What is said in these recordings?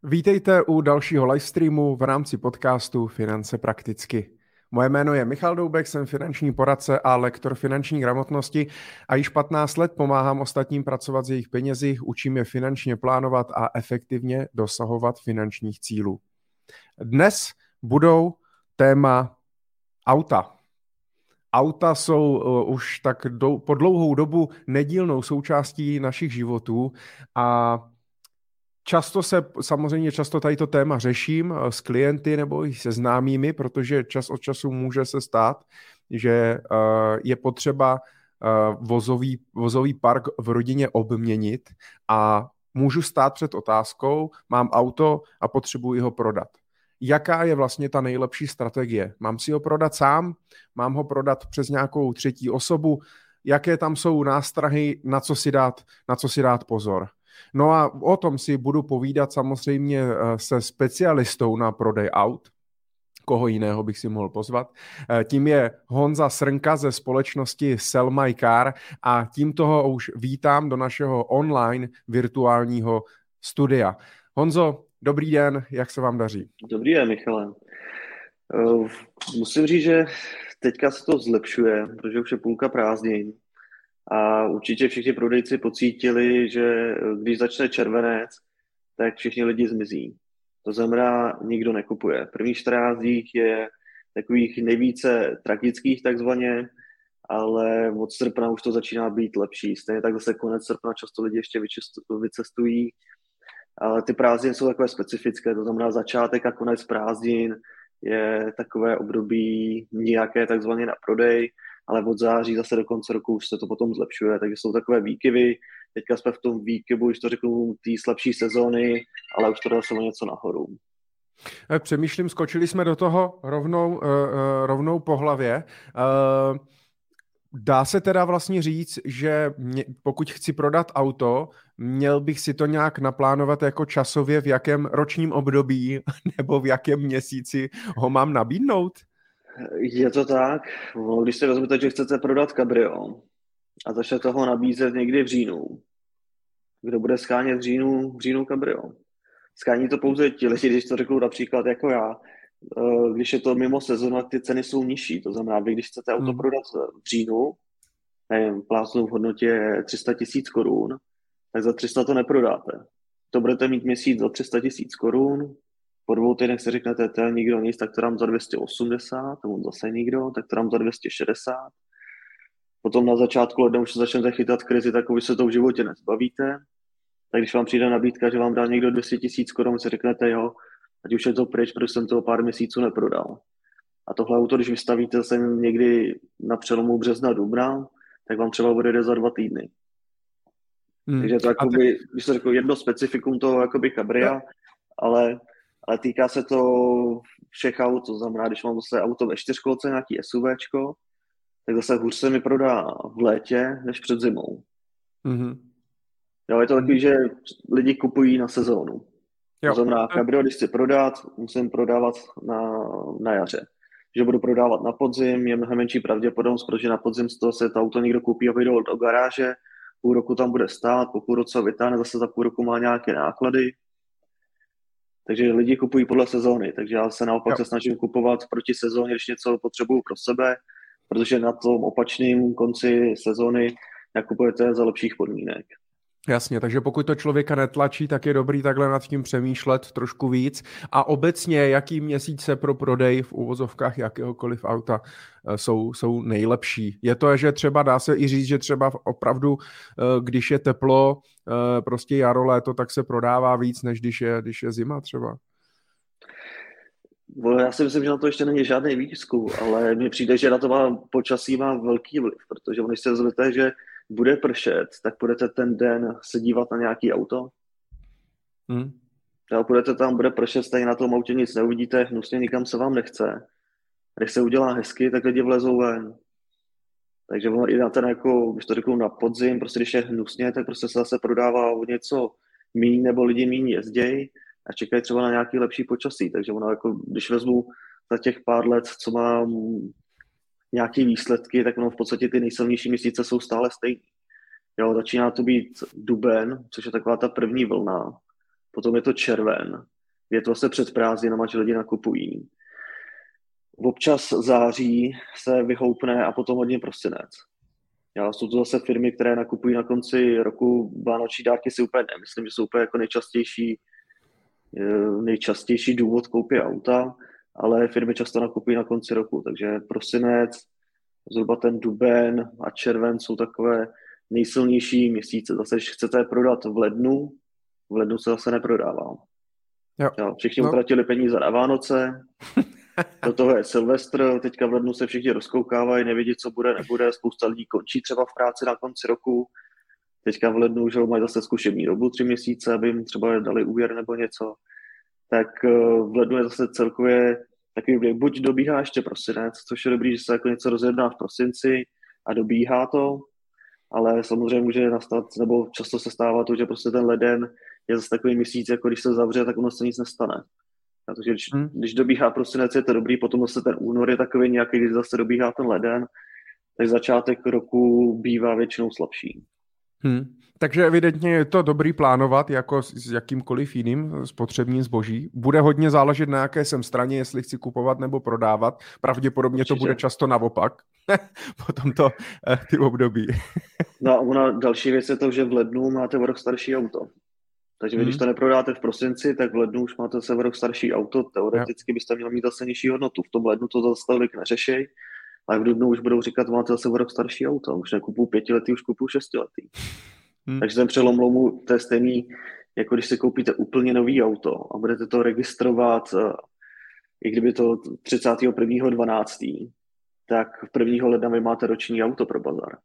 Vítejte u dalšího livestreamu v rámci podcastu Finance prakticky. Moje jméno je Michal Doubek, jsem finanční poradce a lektor finanční gramotnosti a již 15 let pomáhám ostatním pracovat s jejich penězi, učím je finančně plánovat a efektivně dosahovat finančních cílů. Dnes budou téma auta. Auta jsou už tak po dlouhou dobu nedílnou součástí našich životů a často tady to téma řeším s klienty nebo i se známými, protože čas od času může se stát, že je potřeba vozový park v rodině obměnit a můžu stát před otázkou, mám auto a potřebuji ho prodat. Jaká je vlastně ta nejlepší strategie? Mám si ho prodat sám? Mám ho prodat přes nějakou třetí osobu? Jaké tam jsou nástrahy, na co si dát pozor? No a o tom si budu povídat samozřejmě se specialistou na prodej aut. Koho jiného bych si mohl pozvat. Tím je Honza Srnka ze společnosti Sell My Car a tímto ho už vítám do našeho online virtuálního studia. Honzo, dobrý den, jak se vám daří? Dobrý den, Michale. Musím říct, že teďka se to zlepšuje, protože už je půlka prázdnin a určitě všichni prodejci pocítili, že když začne červenec, tak všichni lidi zmizí. To znamená, nikdo nekupuje. První 14 dní je takových nejvíce tragických takzvaně, ale od srpna už to začíná být lepší. Stejně tak zase konec srpna často lidi ještě vycestují, ale ty prázdniny jsou takové specifické, to znamená začátek a konec prázdnin je takové období nějaké takzvaně na prodej, ale od září zase do konce roku už se to potom zlepšuje, takže jsou takové výkyvy. Teďka jsme v tom výkyvu, už to řeknu, té slabší sezóny, ale už to dá se o něco nahoru. Přemýšlím, skočili jsme do toho rovnou po hlavě. Dá se teda vlastně říct, že pokud chci prodat auto, měl bych si to nějak naplánovat jako časově, v jakém ročním období nebo v jakém měsíci ho mám nabídnout? Je to tak, když si vezmete, že chcete prodat kabrio a začnete ho nabízet někdy v říjnu, kdo bude schánět v říjnu kabrio? Schání to pouze ti lidi, když to řeknu například jako já, když je to mimo sezonu, ty ceny jsou nižší. To znamená, vy když chcete auto prodat v říjnu, nevím, plásnu v hodnotě 300 000 korun, tak za 300 to neprodáte. To budete mít měsíc za 300 000 korun, po 2 týdnech si řeknete, to je nikdo nic, tak to dám za 280, tomu zase nikdo, tak to dám za 260. Potom na začátku ledna už se začnete chytat krizi, takovou se to v životě nezbavíte. Tak když vám přijde nabídka, že vám dá někdo 200 000 korun, si řeknete, jo, ať už je to pryč, protože jsem toho pár měsíců neprodal. A tohle auto, když vystavíte se někdy na přelomu března, dubna, tak vám třeba odjede za 2 týdny. Takže to jakoby, když se řekl jedno specifikum toho jakoby kabria, ale týká se to všech aut, to znamená, když mám zase auto ve 4kolce, nějaký SUVčko, tak zase hůř se mi prodá v létě, než před zimou. Mm-hmm. Jo, je to takový, že lidi kupují na sezónu. To znamená, kabrio, když chci prodat, musím prodávat na jaře. Že budu prodávat na podzim, je mnohem menší pravděpodobnost, protože na podzim z toho se to auto někdo koupí a vyjde do garáže, půl roku tam bude stát, po půl roce vytáhne, zase za půl roku má nějaké náklady. Takže lidi kupují podle sezóny, takže já se naopak se snažím kupovat proti sezóně, když něco potřebuju pro sebe, protože na tom opačném konci sezóny nakupujete za lepších podmínek. Jasně, takže pokud to člověka netlačí, tak je dobrý takhle nad tím přemýšlet trošku víc. A obecně, jaký měsíce pro prodej v uvozovkách jakéhokoliv auta jsou nejlepší? Je to, že třeba dá se i říct, že třeba opravdu, když je teplo, prostě jaro, léto, tak se prodává víc, než když je zima třeba? Já si myslím, že na to ještě není žádný výzkum, ale mně přijde, že na to počasí má velký vliv, protože když se zvedete, že bude pršet, tak budete ten den se dívat na nějaký auto. Půjdete tam, bude pršet, stejně na tom autě nic neuvidíte, hnusně nikam se vám nechce. Když se udělá hezky, tak lidi vlezou ven. Takže ono i na ten, jako, když to řeknu na podzim, prostě když je hnusně, tak prostě se zase prodává o něco míň, nebo lidi míň jezdějí a čekají třeba na nějaký lepší počasí. Takže ono, jako, když vezmu za těch pár let, co mám nějaké výsledky, tak ono v podstatě ty nejsilnější měsíce jsou stále stejný. Jo, začíná to být duben, což je taková ta první vlna. potom je to červen, je to vlastně před prázdninama, že lidi nakupují. Občas září se vyhoupne a potom hodně prosinec. Jsou to zase firmy, které nakupují na konci roku. Vánoční dárky si úplně nemyslím, že jsou úplně jako nejčastější důvod koupě auta, ale firmy často nakupují na konci roku, takže prosinec, zhruba ten duben a červen jsou takové nejsilnější měsíce. Zase, když chcete prodat v lednu se zase neprodává. Jo, všichni utratili peníze na Vánoce, do toho je Silvestr, teďka v lednu se všichni rozkoukávají, nevědí, co bude, nebude, spousta lidí končí třeba v práci na konci roku, teďka v lednu už mají zase zkušební dobu 3 měsíce, aby jim třeba dali úvěr nebo něco, tak v lednu je zase celkově takový, buď dobíhá ještě prosinec, což je dobrý, že se jako něco rozjedná v prosinci a dobíhá to, ale samozřejmě může nastat, nebo často se stává to, že prostě ten leden je zase takový měsíc, jako když se zavře, tak ono se nic nestane. Takže když dobíhá prosinec, je to dobrý, potom zase ten únor je takový nějaký, když zase dobíhá ten leden, tak začátek roku bývá většinou slabší. Takže evidentně je to dobrý plánovat jako s jakýmkoliv jiným spotřebním zboží. Bude hodně záležet na jaké jsem straně, jestli chci kupovat nebo prodávat. Pravděpodobně určitě to bude často naopak. Potom to ty období. No a ona další věc je to, že v lednu máte o rok starší auto. Takže když to neprodáte v prosinci, tak v lednu už máte se o rok starší auto. Teoreticky byste měli mít zase nižší hodnotu. V tom lednu to zase tolik neřešej, ale v dubnu už budou říkat, máte zase o rok starší auto. Už nekupuju 5letý, už kupuju 6letý. Takže ten přelom lomu, to je stejný, jako když si koupíte úplně nový auto a budete to registrovat, i kdyby to 31.12., tak 1. ledna vy máte roční auto pro bazar.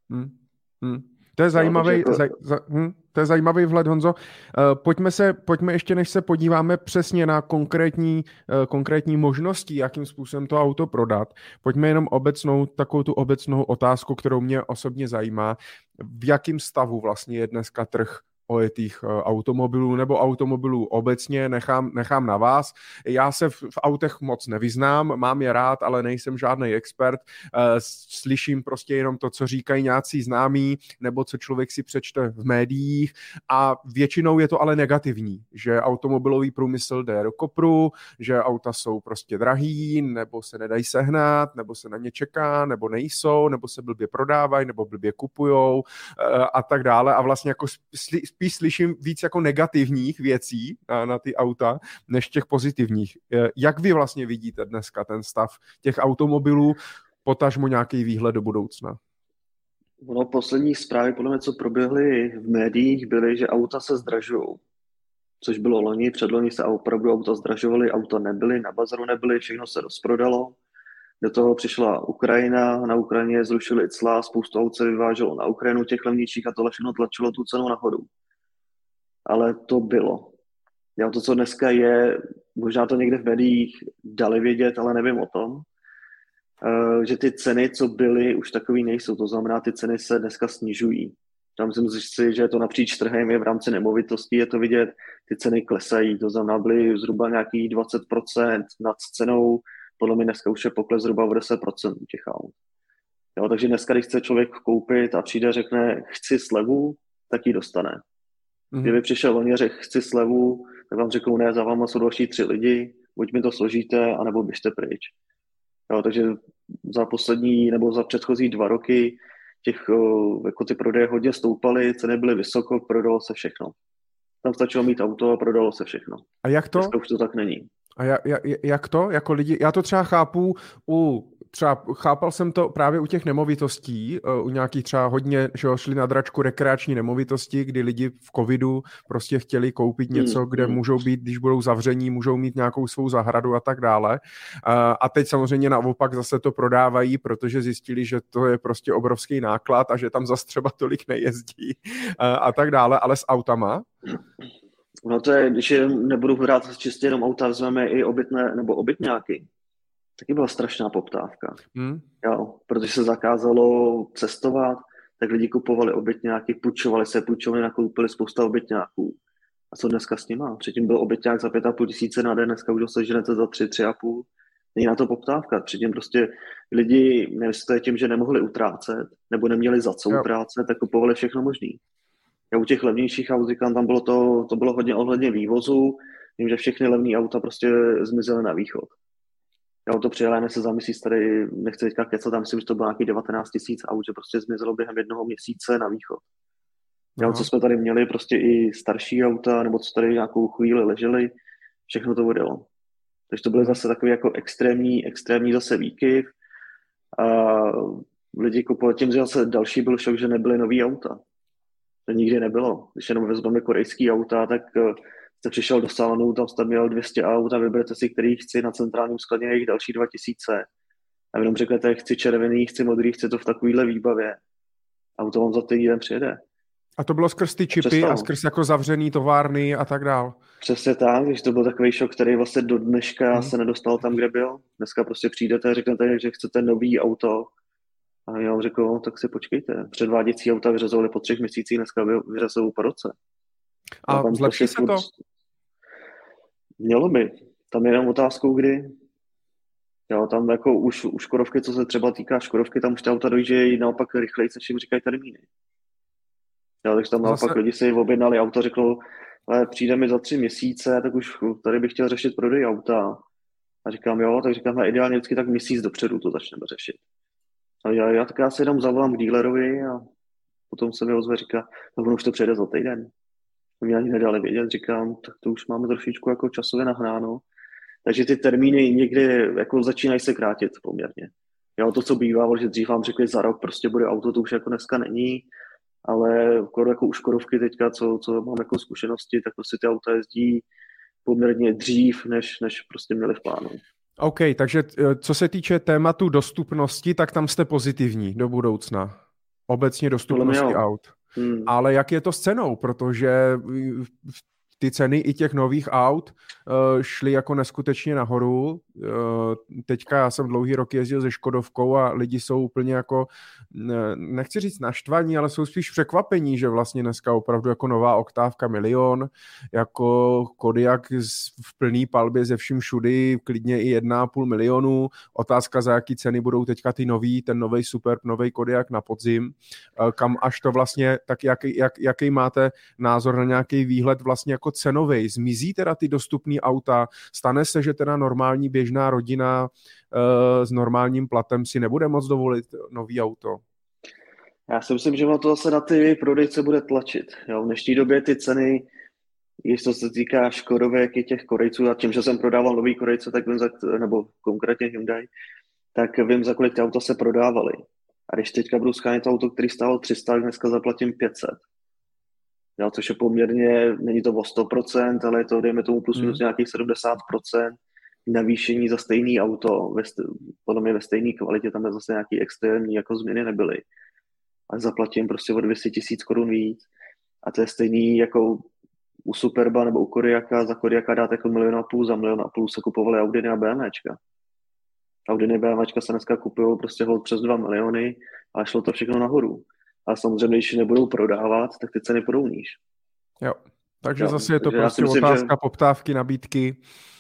To je zajímavý, to je zajímavý vhled, Honzo. Pojďme ještě, než se podíváme přesně na konkrétní možnosti, jakým způsobem to auto prodat. Pojďme jenom takovou tu obecnou otázku, kterou mě osobně zajímá. V jakém stavu vlastně je dneska trh ojetých automobilů nebo automobilů obecně, nechám na vás. Já se v autech moc nevyznám, mám je rád, ale nejsem žádný expert. Slyším prostě jenom to, co říkají nějací známí, nebo co člověk si přečte v médiích a většinou je to ale negativní, že automobilový průmysl jde do kopru, že auta jsou prostě drahý, nebo se nedají sehnat, nebo se na ně čeká, nebo nejsou, nebo se blbě prodávají, nebo blbě kupujou a tak dále a vlastně jako spíš slyším víc jako negativních věcí na ty auta, než těch pozitivních. Jak vy vlastně vidíte dneska ten stav těch automobilů, potažmo nějaký výhled do budoucna? Poslední zprávy, podle mě, co proběhly v médiích, byly, že auta se zdražují. Což bylo loni, předloni se opravdu auta zdražovaly, auta nebyly, na bazaru nebyly, všechno se rozprodalo. Do toho přišla Ukrajina, na Ukrajině zrušili cla, spoustu aut se vyváželo na Ukrajinu těch levnějších a tohle všechno tlačilo tu cenu nahoru. Ale to bylo. To, co dneska je, možná to někde v médiích dali vědět, ale nevím o tom, že ty ceny, co byly, už takový nejsou. To znamená, ty ceny se dneska snižují. Tam myslím si, že je to napříč trhem, je v rámci nemovitostí, je to vidět, ty ceny klesají. To znamená, byly zhruba nějakých 20% nad cenou, podle mě dneska už je pokles zhruba o 10% u těch aut. Takže dneska, když chce člověk koupit a přijde a řekne, chci slevu, tak ji dostane. Kdyby přišel loni a řekl, chci slevu, tak vám řeknou, ne, za váma jsou další 3 lidi, buď mi to složíte, anebo běžte pryč. Takže za poslední nebo za předchozí 2 roky jako ty prodeje hodně stoupaly, ceny byly vysoko, prodalo se všechno. Tam stačilo mít auto a prodalo se všechno. A jak to? Dneska už to tak není. A jak to? Jako lidi, já to třeba chápu chápal jsem to právě u těch nemovitostí, u nějakých třeba hodně, že šli na dračku rekreační nemovitosti, kdy lidi v covidu prostě chtěli koupit něco, kde můžou být, když budou zavření, můžou mít nějakou svou zahradu a tak dále. A teď samozřejmě naopak zase to prodávají, protože zjistili, že to je prostě obrovský náklad a že tam zase třeba tolik nejezdí a tak dále, ale s autama. No to je, když nebudu hrát čistě jenom auta, vezmeme i obytné nebo obytňáky. Taky byla strašná poptávka. Protože se zakázalo cestovat, tak lidi kupovali obytňáky, půjčovali, nakoupili spousta obytňáků. A co dneska s nima? Předtím byl obytňák za 5 500 na den, dneska už ho seženete za 3,5. Není na to poptávka. Předtím prostě lidi, nevím, jestli to je tím, že nemohli utrácet, nebo neměli za co utrácet, tak kupovali všechno možný. Já u těch levnějších aut, říkám, tam bylo to bylo hodně ohledně vývozu, vím, že všechny levné auta prostě zmizely na východ. Já to přijel, se za měsíc tady, nechci teďka kecat, tam myslím, že to bylo nějaký 19 000 aut, že prostě zmizelo během jednoho měsíce na východ. Jo, co jsme tady měli, prostě i starší auta, nebo co tady nějakou chvíli leželi, všechno to odjelo. Takže to byly zase takový jako extrémní zase výkyv. A lidi kupovali tím, že zase další byl šok, že nebyly nový auta. To nikdy nebylo. Když jenom vezmeme korejský auta, tak jste přišel do salonu, tam jste měl 200 aut a vyberete si, který chci, na centrálním skladě jejich další 2000. A jenom řeknete, chci červený, chci modrý, chci to v takovýhle výbavě. Auto vám za týden přijede. A to bylo skrz ty čipy a skrz jako zavřený továrny a tak dál. Přesně tak, když to byl takový šok, který vlastně do dneška se nedostal tam, kde byl. Dneska prostě přijdete a řeknete, že chcete nový auto. A já vám řekl, no, tak si počkejte. Předváděcí auta vyřazovali po 3 měsících, dneska vyřazují po roce. A zlepší se to? Mělo by. Tam je jenom otázkou, kdy. Jo, tam jako už Škodovky, co se třeba týká Škodovky, tam už ta auta dojíždějí naopak rychleji, než jim říkají termíny. Jo, takže tam naopak lidi si objednali auto, řeklo, ale přijde mi za 3 měsíce, tak už tady bych chtěl řešit prodej auta. A říkám, jo, tak říkám, ideálně vždycky tak měsíc dopředu to začneme řešit. A já si jenom zavolám k dílerovi a potom se mi ozve, říká, no on už to přijede za týden. To mě ani nedali vědět, říkám, tak to už máme trošičku jako časově nahráno. Takže ty termíny někdy jako začínají se krátit poměrně. Jo, to, co bývalo, že dřív vám řekli za rok prostě bude auto, to už jako dneska není, ale jako u Škodovky teďka, co mám jako zkušenosti, tak prostě ty auta jezdí poměrně dřív, než prostě měli v plánu. OK, takže co se týče tématu dostupnosti, tak tam jste pozitivní do budoucna. Obecně dostupnosti aut. Ale jak je to s cenou? Protože ty ceny i těch nových aut šly jako neskutečně nahoru. Teďka já jsem dlouhý rok jezdil se Škodovkou a lidi jsou úplně jako, nechci říct naštvaní, ale jsou spíš překvapení, že vlastně dneska opravdu jako nová oktávka 1 000 000, jako Kodiaq v plný palbě ze vším všudy, klidně i 1,5 milionu. Otázka, za jaký ceny budou teďka ty nový, ten nový Superb, nový Kodiaq na podzim. Kam až to vlastně, tak jaký máte názor na nějaký výhled vlastně jako cenovej? Zmizí teda ty dostupné auta? Stane se, že teda normální běžná rodina s normálním platem si nebude moc dovolit nový auto? Já si myslím, že to zase na ty prodejce bude tlačit. Jo, v dnešní době ty ceny, co se týká Škodovek i těch Korejců, a tím, že jsem prodával nový Korejce, tak vím, nebo konkrétně Hyundai, tak vím, za kolik ty auta se prodávaly. A když teďka budu schánět auto, který stálo 300, tak dneska zaplatím 500. Jo, což je poměrně, není to o 100%, ale je to, dejme tomu plus minus nějakých 70% navýšení za stejný auto, podle mě ve stejné kvalitě, tam je zase nějaký extrémní jako změny nebyly. Ale zaplatím prostě o 200 000 korun víc. A to je stejný jako u Superba nebo u Kodiaqa, za Kodiaqa dát jako 1,5 milionu, za 1,5 milionu se kupovaly Audiny a BMWčka. Audiny a BMWčka se dneska kupují prostě přes 2 miliony a šlo to všechno nahoru. A samozřejmě, když nebudou prodávat, tak ty ceny půjdou níž. Jo, takže zase je to prostě otázka poptávky, nabídky.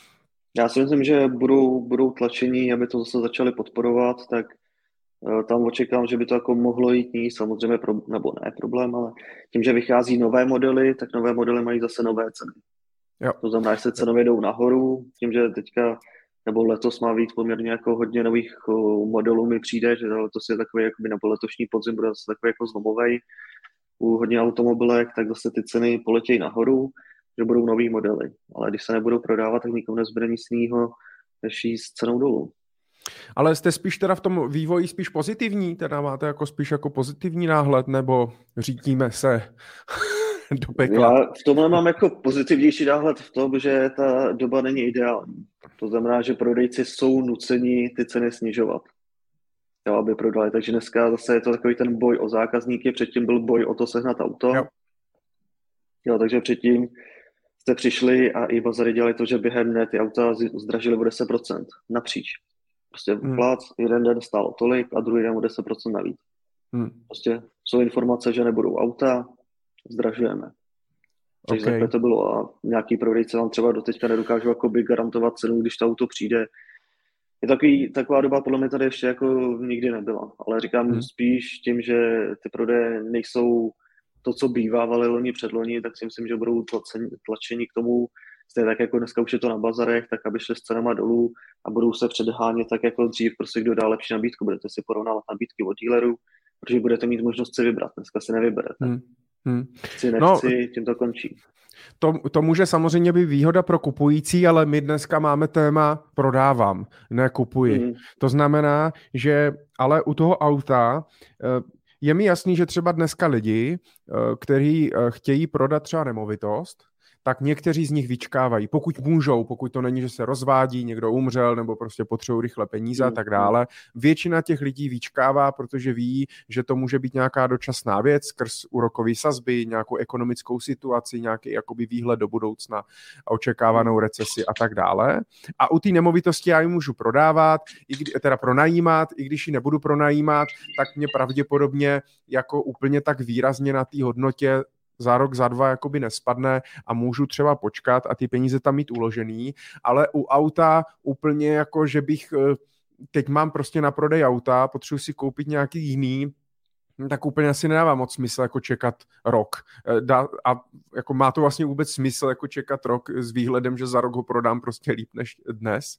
Já si myslím, že budou tlačení, aby to zase začali podporovat, tak tam očekávám, že by to jako mohlo jít níž, samozřejmě, nebo ne problém, ale tím, že vychází nové modely, tak nové modely mají zase nové ceny. Jo. To znamená, že se cenově jdou nahoru, tím, že teďka nebo letos má být poměrně jako hodně nových modelů mi přijde, že letos je takový, jakoby, nebo letošní podzim bude zase takový jako zlomovej u hodně automobilek, tak zase ty ceny poletějí nahoru, že budou nový modely. Ale když se nebudou prodávat, tak nikomu nezbyde nic jiného, než jít s cenou dolů. Ale jste spíš teda v tom vývoji spíš pozitivní? Teda máte jako spíš jako pozitivní náhled, nebo řítíme se do pekla? Já v tomhle mám jako pozitivnější náhled v tom, že ta doba není ideální. To znamená, že prodejci jsou nuceni ty ceny snižovat, jo, aby prodali. Takže dneska zase je to takový ten boj o zákazníky, předtím byl boj o to sehnat auto. Jo, takže předtím jste přišli a i bazary dělali to, že během dne ty auta zdražily o 10% napříč. Prostě plác, jeden den stálo tolik a druhý den o 10% navíc. Prostě jsou informace, že nebudou auta, zdražujeme. Takže takhle to bylo a nějaký prodejce vám třeba doteďka nedokážou jakoby garantovat cenu, když to auto přijde. Je taková doba podle mě tady ještě jako nikdy nebyla, ale říkám spíš tím, že ty prodeje nejsou to, co bývávali loni předloni, tak si myslím, že budou tlačeni k tomu, stejně tak jako dneska už je to na bazarech, tak aby šli s cenama dolů a budou se předhánět tak jako dřív, prostě kdo dá lepší nabídku. Budete si porovnávat nabídky od dealerů, protože budete mít možnost si vybrat. Dneska si nevyberete. Chci, nechci, tím to končí. To může samozřejmě být výhoda pro kupující, ale my dneska máme téma prodávám, ne kupuji. To znamená, že ale u toho auta je mi jasný, že třeba dneska lidi, kteří chtějí prodat třeba nemovitost, tak někteří z nich vyčkávají, pokud můžou, pokud to není, že se rozvádí, někdo umřel nebo prostě potřebují rychle peníze a tak dále. Většina těch lidí vyčkává, protože ví, že to může být nějaká dočasná věc skrz úrokové sazby, nějakou ekonomickou situaci, nějaký jakoby výhled do budoucna a očekávanou recesi a tak dále. A u té nemovitosti já ji můžu prodávat, teda pronajímat, i když ji nebudu pronajímat, tak mě pravděpodobně jako úplně tak výrazně na té hodnotě za rok, za dva jakoby nespadne a můžu třeba počkat a ty peníze tam mít uložený, ale u auta úplně jako, že bych, teď mám prostě na prodej auta, potřebuji si koupit nějaký jiný, tak úplně asi nedává moc smysl jako čekat rok. A jako má to vlastně vůbec smysl jako čekat rok s výhledem, že za rok ho prodám prostě líp než dnes?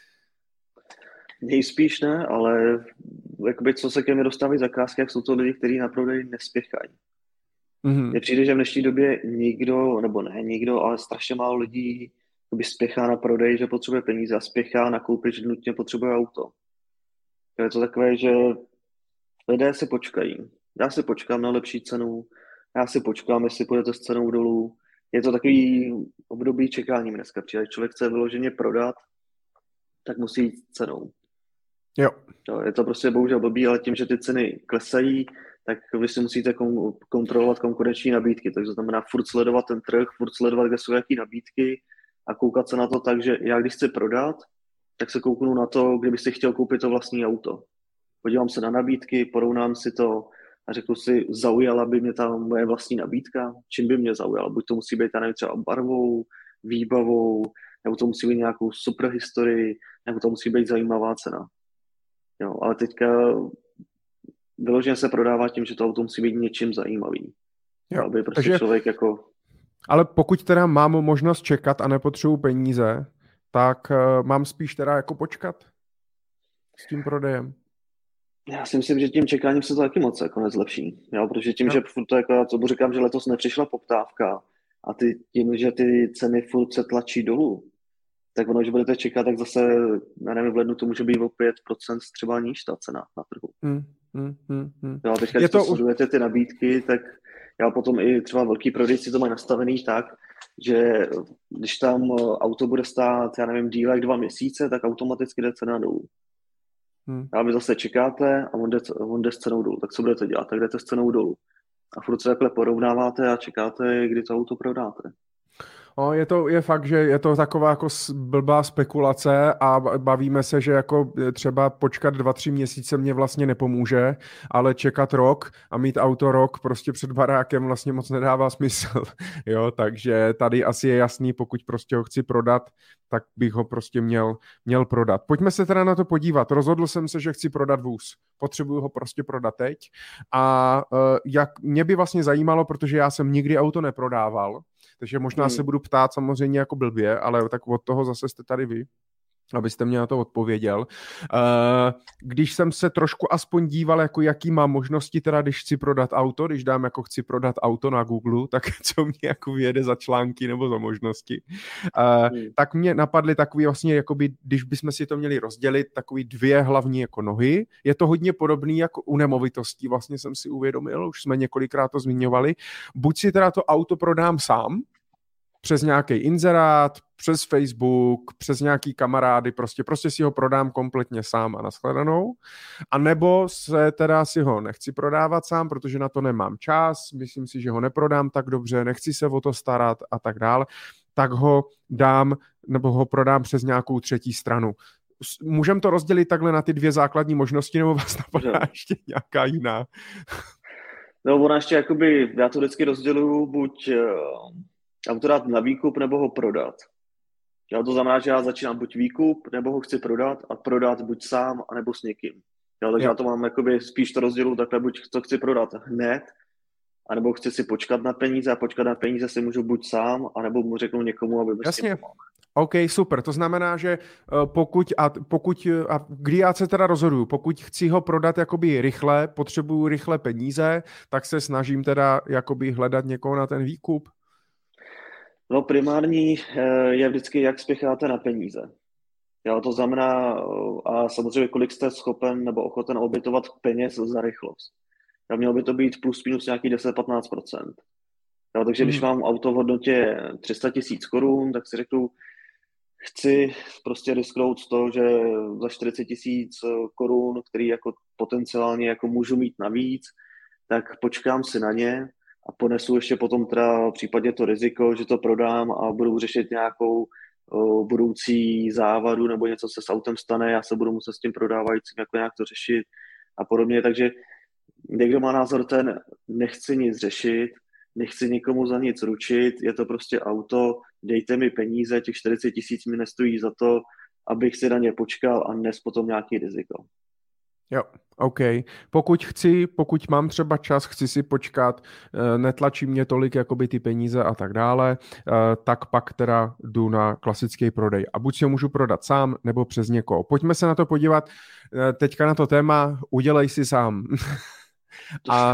Nejspíš ne, ale jakoby, co se ke mně dostávají zakázky, jak jsou to lidi, kteří na prodej nespěchají. Mně přijde, že v dnešní době nikdo, nebo ne nikdo, ale strašně málo lidí spěchá na prodej, že potřebuje peníze a spěchá nakoupit, že nutně potřebuje auto. Je to takové, že lidé si počkají. Já si počkám na lepší cenu, já si počkám, jestli půjdete s cenou dolů. Je to takový období čekání dneska. Když člověk chce vyloženě prodat, tak musí jít s cenou. Jo. Je to prostě bohužel blbý, ale tím, že ty ceny klesají, tak vy si musíte kontrolovat konkurenční nabídky. Takže to znamená furt sledovat ten trh, furt sledovat, kde jsou jaký nabídky a koukat se na to tak, že já když chci prodat, tak se kouknu na to, kdybych si chtěl koupit to vlastní auto. Podívám se na nabídky, porovnám si to a řeknu si, zaujala by mě ta moje vlastní nabídka, čím by mě zaujala. Buď to musí být, já nevím, třeba barvou, výbavou, nebo to musí být nějakou super historii, nebo to musí být zajímavá cena. Jo, ale teďka vyloženě se prodává tím, že to auto musí být něčím zajímavý. Jo, aby prostě takže, člověk jako... Ale pokud teda mám možnost čekat a nepotřebuji peníze, tak mám spíš teda jako počkat s tím prodejem. Já si myslím, že tím čekáním se to taky moc jako nezlepší. Jo, protože tím, že furt to jako, co říkám, že letos nepřišla poptávka a tím, že ty ceny furt se tlačí dolů, tak ono, že budete čekat, tak zase, já nevím, v lednu to může být o 5% třeba níž ta cena na trhu. Jo, teďka, když to sledujete ty nabídky, tak já potom i třeba velký prodejci to mají nastavený tak, že když tam auto bude stát, já nevím, díl jak 2 měsíce, tak automaticky jde cena dolů. A vy zase čekáte a on jde s cenou dolů. Tak co budete dělat? Tak jdete s cenou dolů. A furt se takhle porovnáváte a čekáte, kdy to auto prodáte. Je fakt, že je to taková jako blbá spekulace a bavíme se, že jako třeba počkat 2-3 měsíce mě vlastně nepomůže, ale čekat rok a mít auto rok prostě před barákem vlastně moc nedává smysl. Jo, takže tady asi je jasný, pokud prostě ho chci prodat, tak bych ho prostě měl prodat. Pojďme se teda na to podívat. Rozhodl jsem se, že chci prodat vůz. Potřebuju ho prostě prodat teď. A mě by vlastně zajímalo, protože já jsem nikdy auto neprodával, takže možná se budu ptát samozřejmě jako blbě, ale tak od toho zase jste tady vy, abyste mě na to odpověděl. Když jsem se trošku aspoň díval, jako jaký mám možnosti, teda když chci prodat auto, když dám jako chci prodat auto na Google, tak co mě jako vyjede za články nebo za možnosti, tak mě napadly takový vlastně, jakoby, když bychom si to měli rozdělit, takový 2 hlavní jako nohy. Je to hodně podobný jako u nemovitostí, vlastně jsem si uvědomil, už jsme několikrát to zmiňovali. Buď si teda to auto prodám sám, přes nějaký inzerát, přes Facebook, přes nějaký kamarády, prostě si ho prodám kompletně sám a nashledanou. A nebo se teda si ho nechci prodávat sám, protože na to nemám čas, myslím si, že ho neprodám tak dobře, nechci se o to starat a tak dál, tak ho dám nebo ho prodám přes nějakou třetí stranu. Můžeme to rozdělit takhle na ty 2 základní možnosti, nebo vás napadá ještě nějaká jiná? No, ona ještě jakoby, já to vždycky rozděluju buď auto dát na výkup, nebo ho prodat. Jo, to znamená, že já začínám buď výkup, nebo ho chci prodat a prodat buď sám, anebo s někým. Jo, takže já to mám jakoby, spíš to rozdělu takhle, buď to chci prodat hned, anebo chci si počkat na peníze a počkat na peníze si můžu buď sám, anebo mu řeknu někomu, aby mi s tím Jasně. pomohl. OK, super. To znamená, že kdy já se teda rozhoduju, pokud chci ho prodat jakoby rychle, potřebuju rychle peníze, tak se snažím teda jakoby hledat někoho na ten výkup. No primární je vždycky, jak spěcháte na peníze. Jo, to znamená, a samozřejmě kolik jste schopen nebo ochoten obětovat peněz za rychlost. A mělo by to být plus minus nějaký 10-15%. Jo, takže když mám auto v hodnotě 300 000 korun, tak si řeknu, chci prostě risknout to, že za 40 000 korun, který jako potenciálně jako můžu mít navíc, tak počkám si na ně a ponesu ještě potom teda případně to riziko, že to prodám a budu řešit nějakou budoucí závadu nebo něco se s autem stane, já se budu muset s tím prodávajícím jako nějak to řešit a podobně, takže někdo má názor ten, nechci nic řešit, nechci nikomu za nic ručit, je to prostě auto, dejte mi peníze, těch 40 000 mi nestojí za to, abych si na ně počkal a nes potom nějaký riziko. Jo, OK. Pokud mám třeba čas, chci si počkat, netlačí mě tolik jakoby ty peníze a tak dále, tak pak teda jdu na klasický prodej. A buď si ho můžu prodat sám, nebo přes někoho. Pojďme se na to podívat teďka na to téma, udělej si sám. A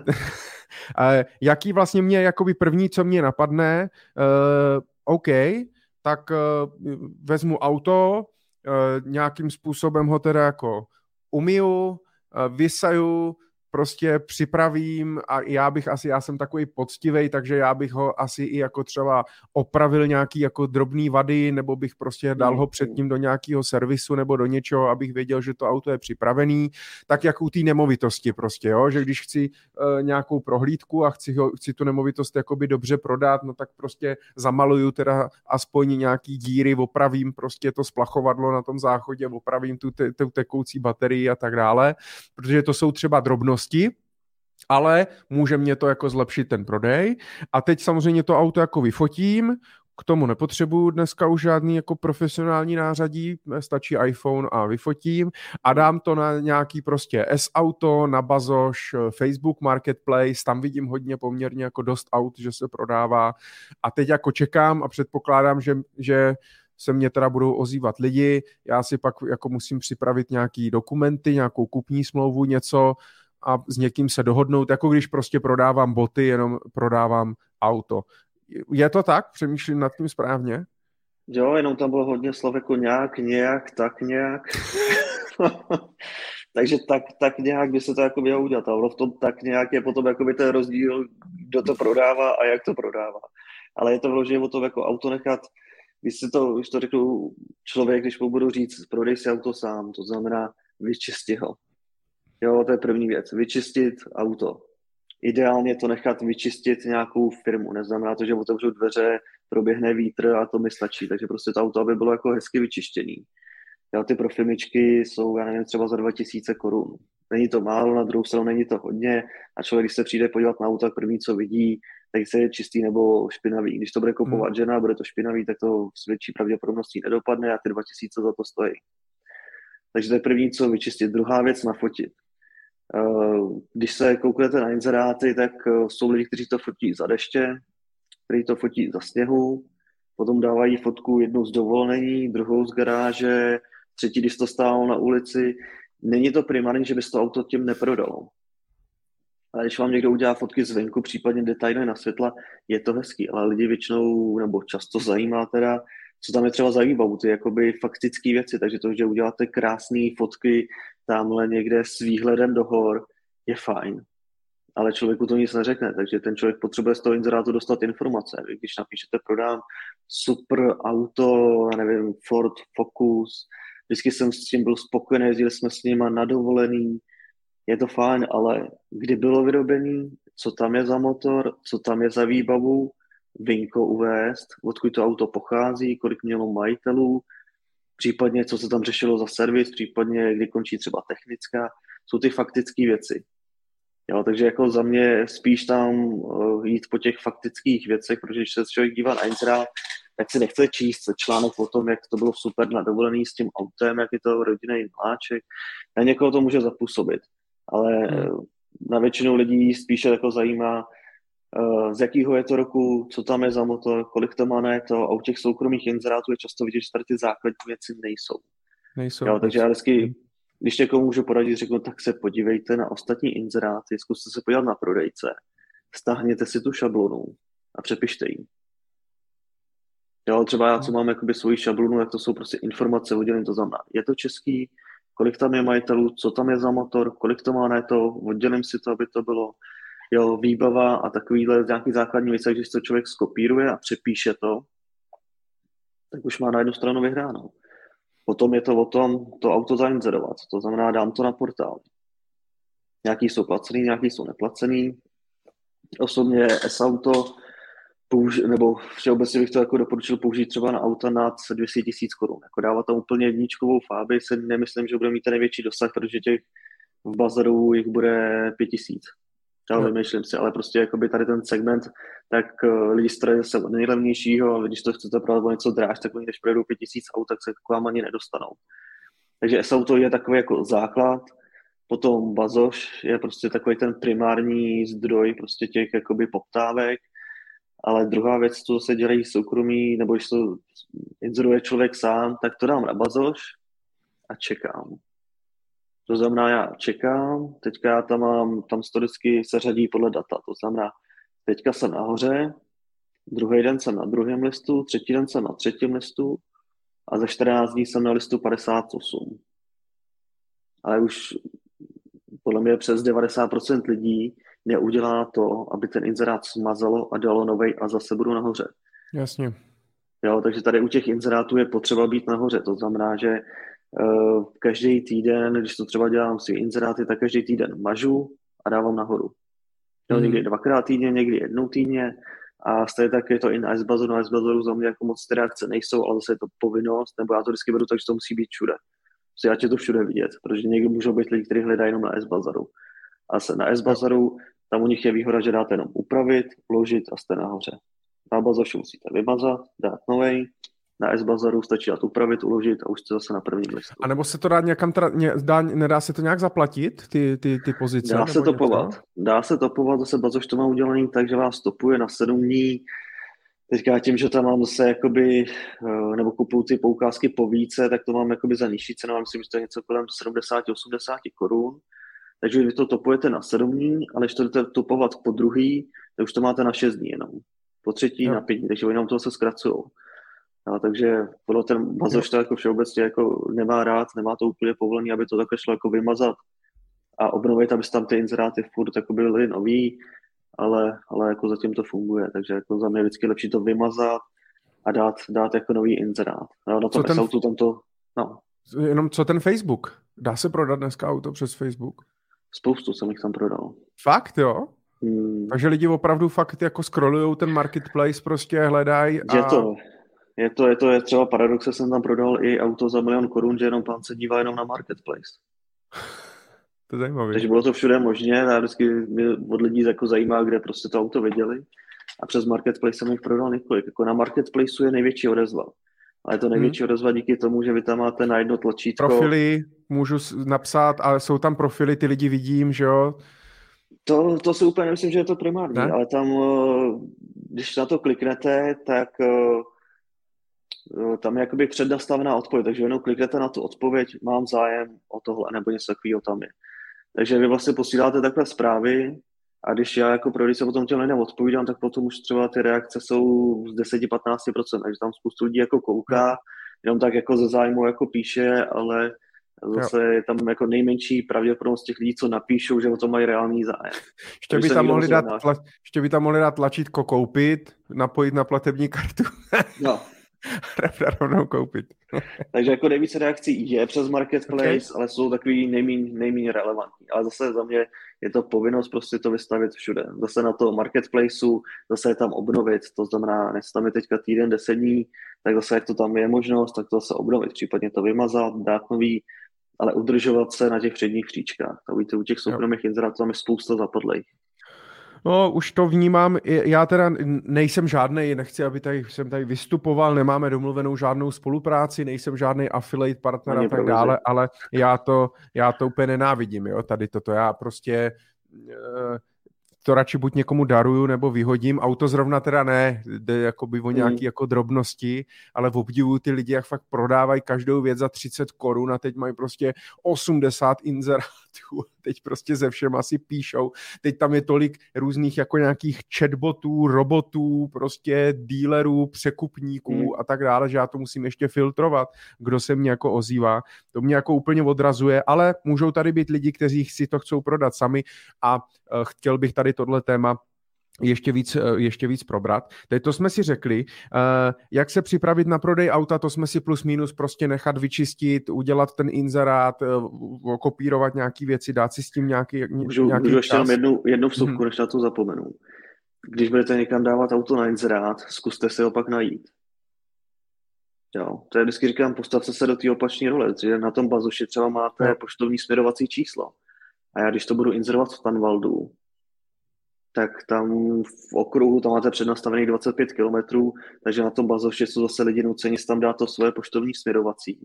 jaký vlastně mě, jakoby první, co mě napadne, OK, tak vezmu auto, nějakým způsobem ho teda jako umyju, vysaju, prostě připravím a já jsem takový poctivej, takže já bych ho asi i jako třeba opravil nějaký jako drobný vady, nebo bych prostě dal ho předtím do nějakého servisu nebo do něčeho, abych věděl, že to auto je připravený, tak jak u té nemovitosti prostě, jo, že když chci nějakou prohlídku a chci tu nemovitost jakoby dobře prodat, no tak prostě zamaluju teda aspoň nějaký díry, opravím prostě to splachovadlo na tom záchodě, opravím tu tekoucí baterii a tak dále, protože to jsou třeba drobnosti, ale může mě to jako zlepšit ten prodej. A teď samozřejmě to auto jako vyfotím, k tomu nepotřebuju dneska už žádný jako profesionální nářadí, stačí iPhone a vyfotím a dám to na nějaký prostě S-auto, na Bazoš, Facebook Marketplace, tam vidím hodně poměrně jako dost aut, že se prodává a teď jako čekám a předpokládám, že se mě teda budou ozývat lidi, já si pak jako musím připravit nějaký dokumenty, nějakou kupní smlouvu, něco a s někým se dohodnout, jako když prostě prodávám boty, jenom prodávám auto. Je to tak? Přemýšlím nad tím správně? Jo, jenom tam bylo hodně slov jako nějak, tak nějak. Takže tak nějak by se to jako mělo udělat. Ale v tom tak nějak je potom jakoby ten rozdíl, kdo to prodává a jak to prodává. Ale je to vloženě o tom jako auto nechat, když to řeknu člověk, když mu budu říct, prodej si auto sám, to znamená vyčisti ho. Jo, to je první věc. Vyčistit auto. Ideálně to nechat vyčistit nějakou firmu. Neznamená to, že otevřu dveře, proběhne vítr a to mi stačí. Takže prostě to auto, aby bylo jako hezky vyčištěný. Jo, ty profilmičky jsou, já nevím, třeba za 2000 korun. Není to málo, na druhou stranu není to hodně a člověk, když se přijde podívat na auto, první, co vidí, tak se je čistý nebo špinavý. Když to bude kupovat žena a bude to špinavý, tak to s větší pravděpodobností nedopadne a ty 2000 za to stojí. Takže to je první, co vyčistit. Druhá věc, nafotit. Když se kouknete na inzeráty, tak jsou lidi, kteří to fotí za deště, kteří to fotí za sněhu, potom dávají fotku jednou z dovolení, druhou z garáže, třetí, když to stálo na ulici. Není to primární, že by se to auto tím neprodalo. Ale když vám někdo udělá fotky zvenku, případně detaily na světla, je to hezký, ale lidi většinou, nebo často zajímá teda, co tam je třeba za výbavu, ty jakoby faktické věci, takže to, že uděláte krásné fotky tamhle někde s výhledem do hor, je fajn. Ale člověku to nic neřekne, takže ten člověk potřebuje z toho inzerátu dostat informace. Když napíšete prodám super auto, já nevím, Ford Focus, vždycky jsem s tím byl spokojený, jezdili jsme s nima na dovolený, je to fajn, ale kdy bylo vyrobený, co tam je za motor, co tam je za výbavu, vinko uvést, odkud to auto pochází, kolik mělo majitelů, případně co se tam řešilo za servis, případně kdy končí třeba technická, jsou ty faktické věci. Jo, takže jako za mě spíš tam jít po těch faktických věcech, protože když se člověk dívá na inzerát, tak si nechce číst článek o tom, jak to bylo super na dovolený s tím autem, jak je to rodinný mláček. Na někoho to může zapůsobit, ale na většinu lidí spíše jako zajímá, z jakého je to roku, co tam je za motor, kolik to má na to, a u těch soukromých inzerátů je často vidět, že tady ty základní věci nejsou. Jo, takže já vždycky, když někomu můžu poradit, řeknu, tak se podívejte na ostatní inzeráty, zkuste se podívat na prodejce, stáhněte si tu šablonu a přepište ji. Jo, třeba já, co mám jakoby svoji šablonu, tak to jsou prostě informace, oddělím to znamená, je to český, kolik tam je majitelů, co tam je za motor, kolik to má na to, oddělím si to, aby to bylo, jo, výbava a takovýhle nějaký základní věci, když to člověk skopíruje a přepíše to, tak už má na jednu stranu vyhráno. Potom je to o tom, to auto zainzerovat, to znamená, dám to na portál. Nějaký jsou placený, nějaký jsou neplacený. Osobně S-auto nebo všeobecně bych to jako doporučil použít třeba na auta nad 200 000 korun. Jako dávat tam úplně jedničkovou fáby, si nemyslím, že bude mít ten největší dosah, protože těch v bazaru jich bude 5 000. Já vymýšlím si, ale prostě jakoby tady ten segment, tak lidi starají se od nejlevnějšího, ale když to chcete prodat o něco dráž, tak oni když projedou 5 000 aut, tak se k vám ani nedostanou. Takže S-auto je takový jako základ, potom bazoš je prostě takový ten primární zdroj prostě těch jakoby poptávek, ale druhá věc, co se dělají soukromí, nebo když to inzeruje člověk sám, tak to dám na bazoš a čekám. To znamená, já čekám, teďka já tam historicky se řadí podle data, to znamená, teďka jsem nahoře, druhý den jsem na druhém listu, třetí den jsem na třetím listu a za 14 dní jsem na listu 58. Ale už podle mě přes 90% lidí neudělá to, aby ten inzerát smazalo a dalo novej a zase budu nahoře. Jasně. Jo, takže tady u těch inzerátů je potřeba být nahoře. To znamená, že každý týden, když to třeba dělám si inzeráty, tak každý týden mažu a dávám nahoru. Jo, někdy 2krát týdně, někdy 1 týdně a stejně tak je to i na S-bazoru. Na S-bazoru za mě jako moc ty reakce nejsou, ale zase je to povinnost, nebo já to vždycky beru tak, že to musí být všude. Prostě ať je to všude vidět, protože někdy můžou být lidi, kteří hledají jenom na S-bazoru. A se na S-bazoru, tam u nich je výhoda, že dáte jenom upravit, uložit a jste nahoře. Na bazoši musíte vymazat, dát novej, na S-bazaru stačí dát upravit, uložit a už jste zase na prvním listu. A nebo se to dá někam, nedá se to nějak zaplatit, ty pozice? Dá se topovat. Dá se topovat, zase bazoš to má udělaný tak, že vás topuje na 7 dní. Teďka tím, že tam mám zase jakoby, nebo kupuju ty poukázky po více, tak to mám jakoby za nižší cenu, myslím, že to je něco kolem 70-80 korun. Takže vy to topujete na 7 dní, ale když to jdete topovat po druhý, tak už to máte na 6 dní jenom. Po třetí na 5 dní, takže oni nám to se zkracujou. No, takže podle ten bazoš to jako všeobecně jako nemá rád, nemá to úplně povolený, aby to takhle šlo jako vymazat a obnovit, aby tam ty inzeráty furt jako byly nový, ale jako zatím to funguje, takže jako za mě vždycky lepší to vymazat a dát jako nový inzerát. No, na tom autu tam to, no. Jenom co ten Facebook? Dá se prodat dneska auto přes Facebook? Spoustu jsem jich tam prodal. Fakt, jo? Takže lidi opravdu fakt jako scrollujou ten marketplace, prostě hledají a... Je to třeba paradox, že jsem tam prodal i auto za 1 000 000 korun, že jenom pán se dívá jenom na marketplace. To je zajímavé. Takže bylo to všude možně, já vždycky mě od lidí jako zajímá, kde prostě to auto viděli a přes marketplace jsem jich prodal několik. Jako na marketplaceu je největší odezva. Ale je to největší odezva díky tomu, že vy tam máte na jedno tlačítko. Profily můžu napsat, ale jsou tam profily, ty lidi vidím, že jo? To si úplně nemyslím, že je to primární, ne? Ale tam, když na to kliknete, tak tam je jakoby přednastavená odpověď, takže jenom kliknete na tu odpověď, mám zájem o tohle, nebo něco takového tam je. Takže vy vlastně posíláte takhle zprávy a když já jako prodejce potom těm lidem odpovídám, tak potom už třeba ty reakce jsou z 10-15%, takže tam spoustu lidí jako kouká, jenom tak jako ze zájmu jako píše, ale zase je tam jako nejmenší pravděpodobnost těch lidí, co napíšou, že o to mají reálný zájem. Ještě by tam mohli dát tlačítko koupit, napojit na platební kartu. No. Rovnou koupit. Takže jako nejvíce reakcí je přes marketplace, ale jsou takový nejméně relevantní. Ale zase za mě je to povinnost prostě to vystavit všude. Zase na to marketplaceu, zase je tam obnovit, to znamená, než tam je teďka týden, 10 dní, tak zase jak to tam je možnost, tak to zase obnovit, případně to vymazat, dát nový, ale udržovat se na těch předních příčkách. A víte, u těch soukromých inzerátů tam je spousta zapadlých. No, už to vnímám, já teda nejsem žádnej, nechci, aby jsem tady vystupoval, nemáme domluvenou žádnou spolupráci, nejsem žádný affiliate partner a tak dále, ale já to úplně nenávidím, jo, tady toto, já prostě to radši buď někomu daruju nebo vyhodím. Auto zrovna teda ne, jde jakoby o nějaký jako drobnosti, ale obdivuju ty lidi, jak fakt prodávají každou věc za 30 korun a teď mají prostě 80 inzerátů. Teď prostě ze všem asi píšou. Teď tam je tolik různých jako nějakých chatbotů, robotů, prostě dealerů, překupníků a tak dále, že já to musím ještě filtrovat, kdo se mě jako ozývá. To mě jako úplně odrazuje, ale můžou tady být lidi, kteří si to chcou prodat sami a chtěl bych tady tohle téma ještě víc probrat. Teď to jsme si řekli. Jak se připravit na prodej auta, to jsme si plus minus prostě nechat vyčistit, udělat ten inzerát, kopírovat nějaký věci, dát si s tím nějaký Můžu ještě jenom jednu vstupku, než na to zapomenu. Když budete někam dávat auto na inzerát, zkuste si ho pak najít. Jo, to je vždycky říkám, postavte se do té opačné role, že na tom bazoši třeba máte poštovní směrovací číslo. A já když to budu inzerovat v Tanvaldu, tak tam v okruhu tam máte přednastavených 25 km, takže na tom bazoši jsou zase lidi nuceni tam dát to svoje poštovní směrovací.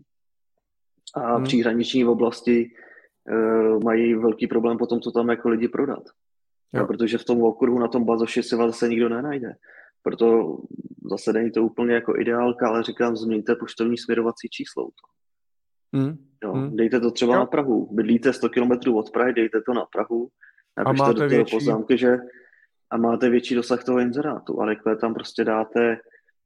A příhraniční oblasti mají velký problém potom to tam jako lidi prodat. No, protože v tom okruhu na tom bazoši si vás zase nikdo nenajde. Proto zase není to úplně jako ideálka, ale říkám, změňte poštovní směrovací číslo. Dejte to třeba na Prahu. Bydlíte 100 km od Prahy, dejte to na Prahu. Napište do toho poznámky, že a máte větší dosah toho inzerátu, ale když tam prostě dáte,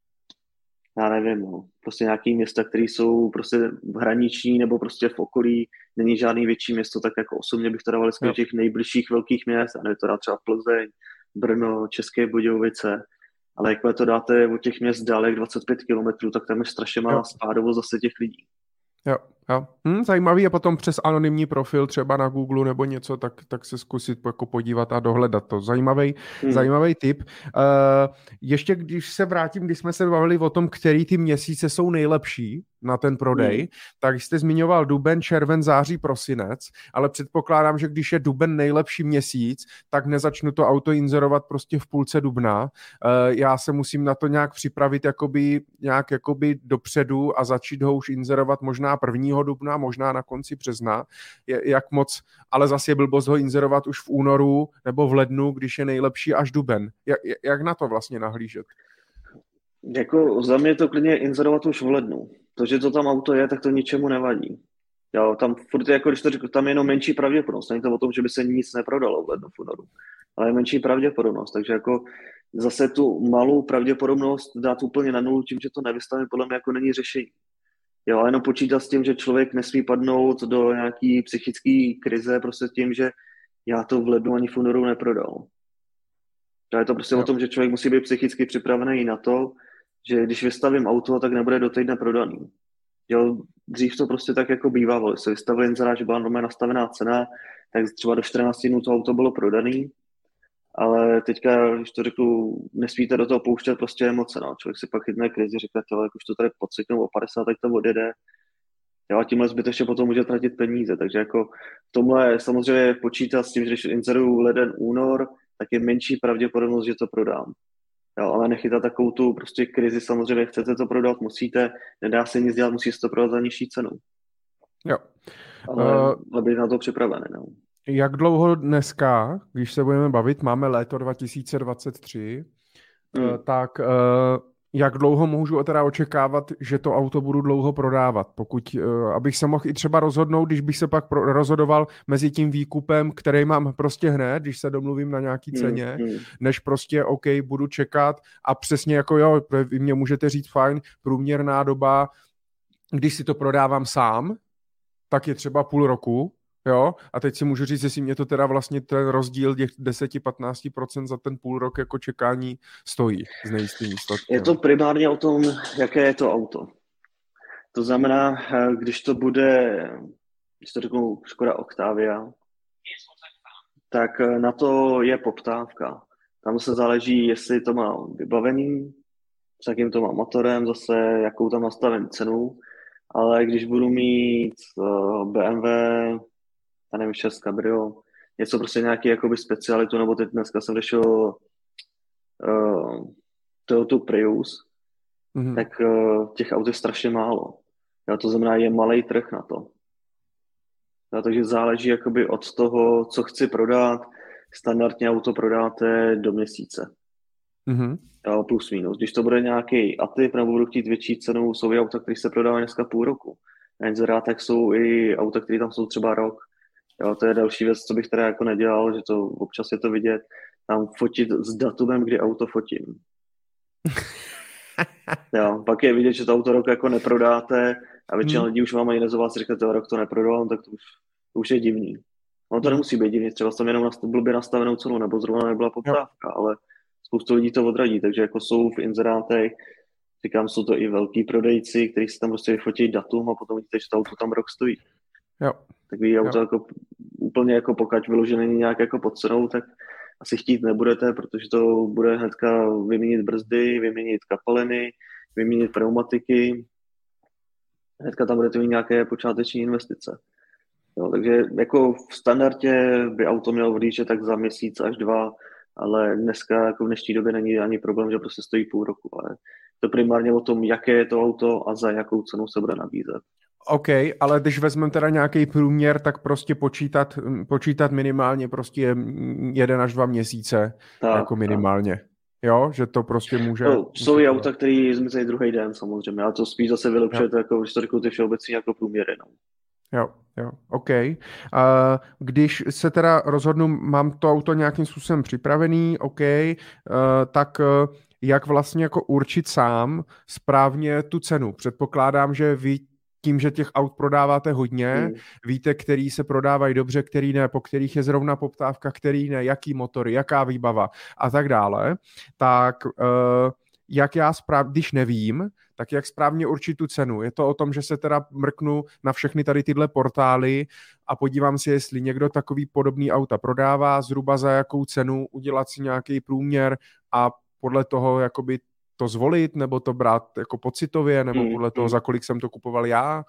já nevím, prostě nějaký města, které jsou prostě hraniční nebo prostě v okolí, není žádný větší město, tak jako osobně bych to dával z těch nejbližších velkých měst, a nevím, to dá třeba Plzeň, Brno, České Budějovice, ale jak to dáte od těch měst dále 25 km, tak tam je strašně malá spádovost zase těch lidí. Jo. Zajímavý je potom přes anonymní profil třeba na Google nebo něco, tak se zkusit jako podívat a dohledat to. Zajímavý tip. Ještě když se vrátím, když jsme se bavili o tom, který ty měsíce jsou nejlepší na ten prodej, tak jste zmiňoval duben, červen, září, prosinec, ale předpokládám, že když je duben nejlepší měsíc, tak nezačnu to auto inzerovat prostě v půlce dubna. Já se musím na to nějak připravit nějak dopředu a začít ho už inzerovat možná 1. dubna, možná na konci března. Jak moc, ale zase je blbost ho inzerovat už v únoru nebo v lednu, když je nejlepší až duben. Jak na to vlastně nahlížet? Jako za mě to klidně inzerovat už v lednu. To, že to tam auto je, tak to ničemu nevadí. Jo, tam furt jako když to řekl, tam je jenom menší pravděpodobnost. Není to o tom, že by se nic neprodalo v lednu, v únoru. Ale je menší pravděpodobnost. Takže jako zase tu malou pravděpodobnost dát úplně na nulu tím, že to nevystavím, podle mě jako není řešení. Jo, jenom počítat s tím, že člověk nesmí padnout do nějaký psychické krize prostě tím, že já to v lednu ani v únoru neprodal. Je to prostě o tom, že člověk musí být psychicky připravený na to, že když vystavím auto, tak nebude do týdne prodaný. Jo, dřív to prostě tak jako bývalo. Když se vystavil inzerát, že byla normálně nastavená cena, tak třeba do 14 dnů to auto bylo prodaný, ale teďka, když to řeknu, nesmíte do toho pouštět prostě emoce. No. Člověk si pak chytne krizi, říká, jak už to tady pocitnou o 50, tak to odjede. Jo, a tímhle zbytečně potom může tratit peníze. Takže jako v tomhle samozřejmě počítat s tím, že když inzeruju leden, únor, tak je menší pravděpodobnost, že to prodám. Jo, ale nechytat takovou tu prostě krizi, samozřejmě chcete to prodat, musíte, nedá se nic dělat, musíte to prodat za nižší cenu. Jo. Ale být na to připravený. No. Jak dlouho dneska, když se budeme bavit, máme léto 2023, tak jak dlouho můžu teda očekávat, že to auto budu dlouho prodávat? Pokud, abych se mohl i třeba rozhodnout, když bych se pak rozhodoval mezi tím výkupem, který mám prostě hned, když se domluvím na nějaký ceně, než prostě OK, budu čekat a přesně jako jo, vy mě můžete říct fajn, průměrná doba, když si to prodávám sám, tak je třeba půl roku, jo, a teď si můžu říct, jestli mě to teda vlastně ten rozdíl těch 10-15% za ten půl rok jako čekání stojí z nejistým výsledkem. Je to primárně o tom, jaké je to auto. To znamená, když to řeknu Škoda Octavia, tak na to je poptávka. Tam se záleží, jestli to má vybavení, s jakým to má motorem, zase jakou tam nastavím cenu, ale když budu mít BMW, já nevím, 6 Cabrio, něco prostě nějaký jakoby specialitu, nebo teď dneska jsem řešil Toyota Prius, tak těch aut je strašně málo. Jo, to znamená, je malej trh na to. Jo, takže záleží jakoby od toho, co chci prodat. standardně auto prodáte do měsíce. Mhm. Jo, plus minus. Když to bude nějaký atyp nebo budu chtít větší cenu, jsou i auta, které se prodávají dneska půl roku. Na inzerátech jsou i auta, které tam jsou třeba rok. Jo, to je další věc, co bych teda jako nedělal, že to občas je to vidět. Tam fotit s datumem, kdy auto fotím. Jo, pak je vidět, že to auto rok jako neprodáte a většina lidí už vám ani nezová, si říkáte, rok to neprodal, tak to už je divný. No to nemusí být divný, třeba tam jenom blbě nastavenou cenu, nebo zrovna nebyla poptávka, ale spoustu lidí to odradí, takže jako jsou v inzerátech, říkám, jsou to i velký prodejci, kteří si tam prostě vyfotí datum a potom vidíte, že to auto tam rok stojí. Jo. Takový auto jako úplně jako pokud vyložené nějak jako pod cenou, tak asi chtít nebudete, protože to bude hnedka vyměnit brzdy, vyměnit kapaliny, vyměnit pneumatiky. Hnedka tam budete mít nějaké počáteční investice. Jo, takže jako v standardě by auto mělo odjíždět tak za měsíc až 2, ale dneska jako v dnešní době není ani problém, že prostě stojí půl roku. Ale to primárně o tom, jaké je to auto a za jakou cenu se bude nabízet. OK, ale když vezmeme teda nějaký průměr, tak prostě počítat minimálně prostě 1 až 2 měsíce, tak, jako minimálně. Tak. Jo, že to prostě může... No, jsou i auta, které zmizejí druhý den samozřejmě, a to spíš zase vylepšuje, jako, když to řeknu ty všeobecně jako průměry. No. Jo, OK. Když se teda rozhodnu, mám to auto nějakým způsobem připravený, OK, tak jak vlastně jako určit sám správně tu cenu? Předpokládám, že vy tím, že těch aut prodáváte hodně, víte, který se prodávají dobře, který ne, po kterých je zrovna poptávka, který ne, jaký motory, jaká výbava a tak dále, tak jak já když nevím, tak jak správně určit tu cenu. Je to o tom, že se teda mrknu na všechny tady tyhle portály a podívám si, jestli někdo takový podobný auta prodává, zhruba za jakou cenu, udělat si nějaký průměr a podle toho jakoby to zvolit, nebo to brát jako pocitově, nebo podle toho, za kolik jsem to kupoval já?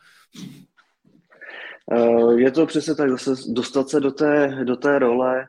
Je to přesně tak, zase dostat se do té role,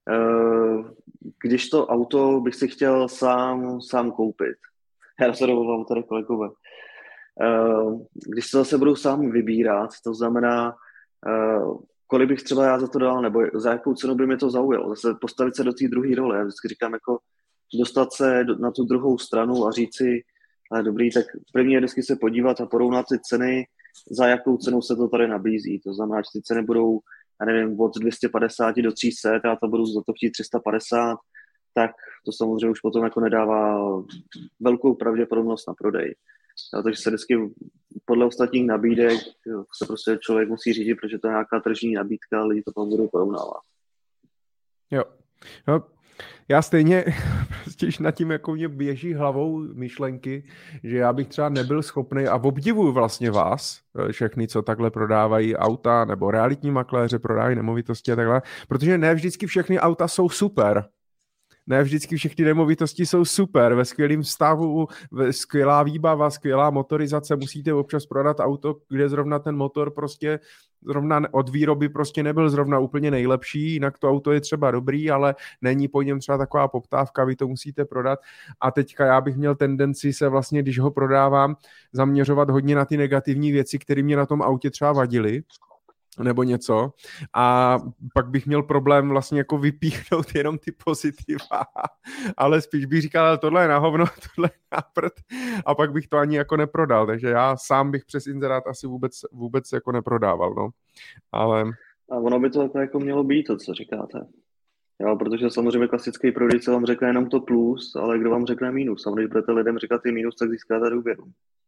když to auto bych si chtěl sám koupit. Já se domluvám tady kolegové. Když se zase budu sám vybírat, to znamená, kolik bych třeba já za to dal, nebo za jakou cenu by mě to zaujalo. Zase postavit se do té druhé role. Já vždycky říkám, jako dostat se na tu druhou stranu a říct si, ale dobrý, tak první je vždycky se podívat a porovnat ty ceny, za jakou cenu se to tady nabízí. To znamená, že ty ceny budou, já nevím, od 250 do 300, já to budu za to chtít 350, tak to samozřejmě už potom jako nedává velkou pravděpodobnost na prodej. Takže se vždycky podle ostatních nabídek se prostě člověk musí řídit, protože to je nějaká tržní nabídka, lidi to tam budou porovnávat. Jo. Já stejně prostě nad tím, jako mě běží hlavou myšlenky, že já bych třeba nebyl schopný a obdivuju vlastně vás, všechny, co takhle prodávají auta, nebo realitní makléře prodávají nemovitosti a takhle, protože ne vždycky všechny auta jsou super. Ne vždycky všechny nemovitosti jsou super, ve skvělém stavu, skvělá výbava, skvělá motorizace, musíte občas prodat auto, kde zrovna ten motor prostě zrovna od výroby prostě nebyl zrovna úplně nejlepší, jinak to auto je třeba dobrý, ale není po něm třeba taková poptávka, vy to musíte prodat a teďka já bych měl tendenci se vlastně, když ho prodávám, zaměřovat hodně na ty negativní věci, které mě na tom autě třeba vadily, nebo něco a pak bych měl problém vlastně jako vypíchnout jenom ty pozitiva, ale spíš bych říkal, tohle je na hovno, tohle je na prd a pak bych to ani jako neprodal, takže já sám bych přes inzerát asi vůbec jako neprodával, no. Ale... A ono by to jako mělo být to, co říkáte. Jo, protože samozřejmě klasický prodejce vám řekne jenom to plus, ale kdo vám řekne minus? A když budete lidem říkat ty minus, tak získáte důvěru.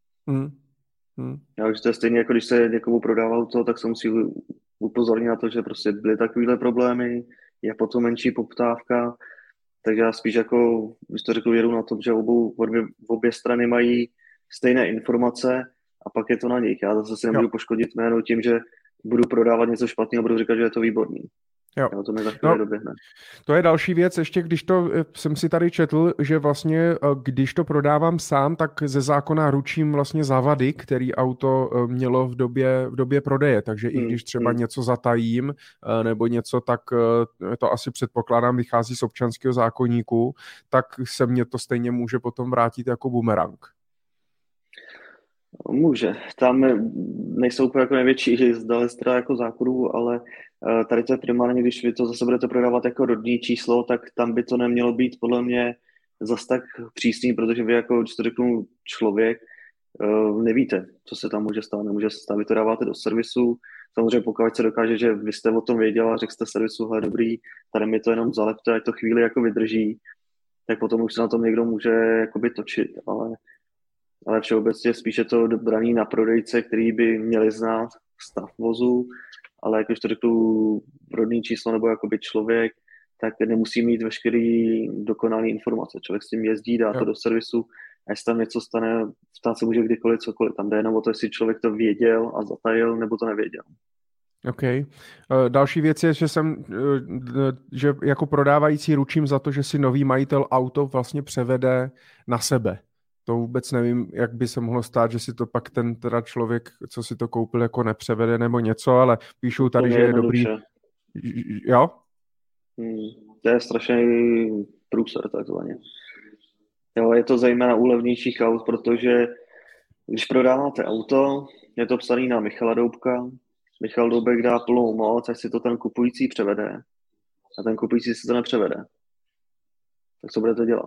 Já, že to je stejně, jako když se někomu prodává to, tak se musí upozornit na to, že prostě byly takovéhle problémy, je potom menší poptávka, takže já spíš jako, když to řekl, věru na to, že obě strany mají stejné informace a pak je to na nich. Já zase si nemůžu poškodit jméno tím, že budu prodávat něco špatného a budu říkat, že je to výborný. Jo. To mi za chvíli doběhne. To je další věc, ještě když to jsem si tady četl, že vlastně když to prodávám sám, tak ze zákona ručím vlastně za vady, který auto mělo v době prodeje, takže i když třeba něco zatajím nebo něco, tak to asi předpokládám vychází z občanského zákoníku, tak se mně to stejně může potom vrátit jako bumerang. Může. Tam nejsou úplně jako největší znalec teda jako zákonů, ale tady to je primárně, když vy to zase budete prodávat jako rodný číslo, tak tam by to nemělo být podle mě zas tak přísný, protože vy jako, když to řeknu člověk, nevíte, co se tam může stát. Nemůže se stát, vy to dáváte do servisu. Samozřejmě pokud se dokáže, že vy jste o tom věděla, řekl jste servisu, hele dobrý, tady mi to jenom zalepte, ať to chvíli jako vydrží, tak potom už se na tom někdo může jakoby točit, ale všeobecně spíše to braný na prodejce, který by měli znát stav vozu, ale jak už to řeknu rodný číslo nebo jakoby člověk, tak nemusí mít veškerý dokonalý informace. Člověk s tím jezdí, dá to Jo. do servisu a jestli tam něco stane, stát se může kdykoliv cokoliv. Tam jde jenom o to, jestli člověk to věděl a zatajil, nebo to nevěděl. OK. Další věc je, že jako prodávající ručím za to, že si nový majitel auto vlastně převede na sebe. To vůbec nevím, jak by se mohlo stát, že si to pak ten teda člověk, co si to koupil, jako nepřevede nebo něco, ale píšou tady, že je dobrý. Jo? To je strašný průser takzvaně. Jo, je to zejména u levnějších aut, protože když prodáváte auto, je to psaný na Michala Doubka, Michal Doubek dá plnou moc, až si to ten kupující převede a ten kupující si to nepřevede. Tak co budete dělat?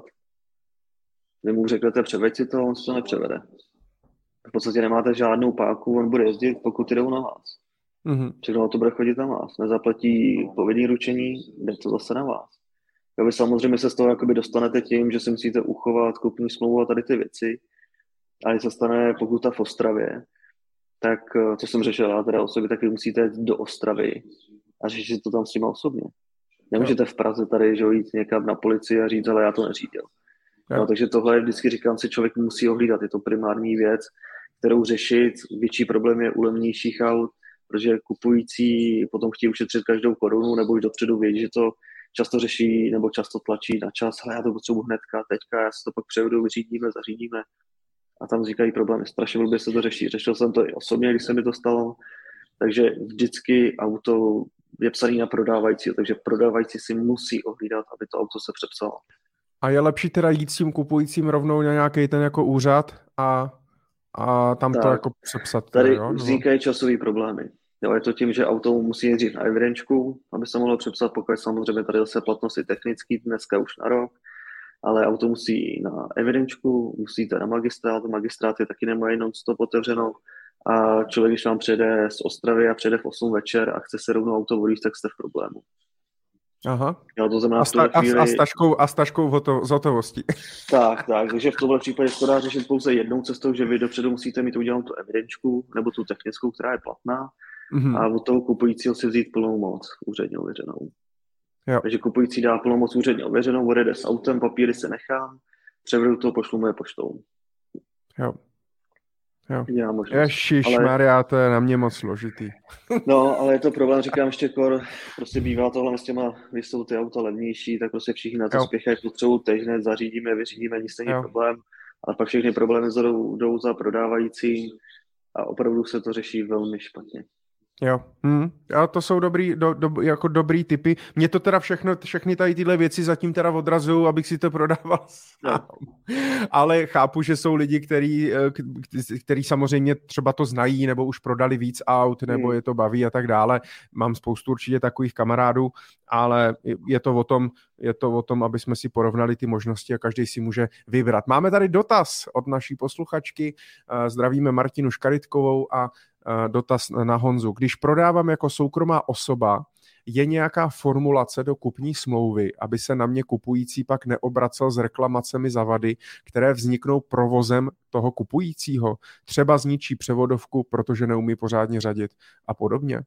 Vy mu řeknete převeď si to, on si to nepřevede. V podstatě nemáte žádnou páku, on bude jezdit, pokud jdou na vás. Všechno to bude chodit na vás. Nezaplatí povinný ručení, jde to zase na vás. Vy samozřejmě se z toho jakoby dostanete tím, že si musíte uchovat kupní smlouvu a tady ty věci. A když se stane pokuta v Ostravě, tak co jsem řešil já teda osobně, tak vy musíte jít do Ostravy a řešit to tam s těma osobně. Nemůžete v Praze tady že jít někam na policii a říct, ale já to neřídil. No, takže tohle vždycky říkám si, člověk musí ohlídat. Je to primární věc, kterou řešit. Větší problém je u levnějších aut, protože kupující potom chtějí ušetřit každou korunu, nebo už dopředu vědí, že to často řeší nebo často tlačí na čas. Hele, já to potřebuji hnedka, teďka, já si to pak převedu, vyřídíme, zařídíme. A tam vznikají problémy. Strašně blbě se to řeší. Řešil jsem to i osobně, když se mi to stalo. Takže vždycky auto je psaný na prodávajícího, takže prodávající si musí ohlídat, aby to auto se přepsalo. A je lepší teda jít s tím kupujícím rovnou na nějaký ten jako úřad a tam tak, to jako přepsat. Tady vznikají časové problémy. Jo, je to tím, že auto musí dřív na evidenčku, aby se mohlo přepsat, pokud samozřejmě tady zase platnosti technický, dneska už na rok, ale auto musí na evidenčku, musíte na magistrát je taky nemají non-stop otevřeno a člověk, když vám přijede z Ostravy a přijede v 8 večer a chce se rovnou auto vodit, tak jste v problému. Aha. Jo, to znamená a s taškou z hotovostí. Tak, takže v tomhle případě to dá řešit pouze jednou cestou, že vy dopředu musíte mít udělanou tu evidenčku nebo tu technickou, která je platná a od toho kupujícího si vzít plnou moc úředně ověřenou. Jo. Takže kupující dá plnou moc úředně ověřenou, odjede s autem, papíry se nechám, převedu to, pošlu mu je poštou. Jo. Ježišmarja, to je na mě moc složitý. No, ale je to problém, říkám ještě prostě bývá tohle s těma, když jsou ty auta levnější, tak prostě všichni na to spěchají, potřebují teď hned, zařídíme, vyřídíme, nic není problém, ale pak všechny problémy jdou za prodávající a opravdu se to řeší velmi špatně. Jo, a to jsou jako dobrý tipy. Mě to teda všechny tady tyhle věci zatím teda odrazují, abych si to prodával sám. Ale chápu, že jsou lidi, který samozřejmě třeba to znají, nebo už prodali víc aut, nebo je to baví a tak dále. Mám spoustu určitě takových kamarádů, ale je to o tom, aby jsme si porovnali ty možnosti a každý si může vybrat. Máme tady dotaz od naší posluchačky. Zdravíme Martinu Škaritkovou a dotaz na Honzu. Když prodávám jako soukromá osoba, je nějaká formulace do kupní smlouvy, aby se na mě kupující pak neobracel s reklamacemi za vady, které vzniknou provozem toho kupujícího? Třeba zničí převodovku, protože neumí pořádně řadit a podobně?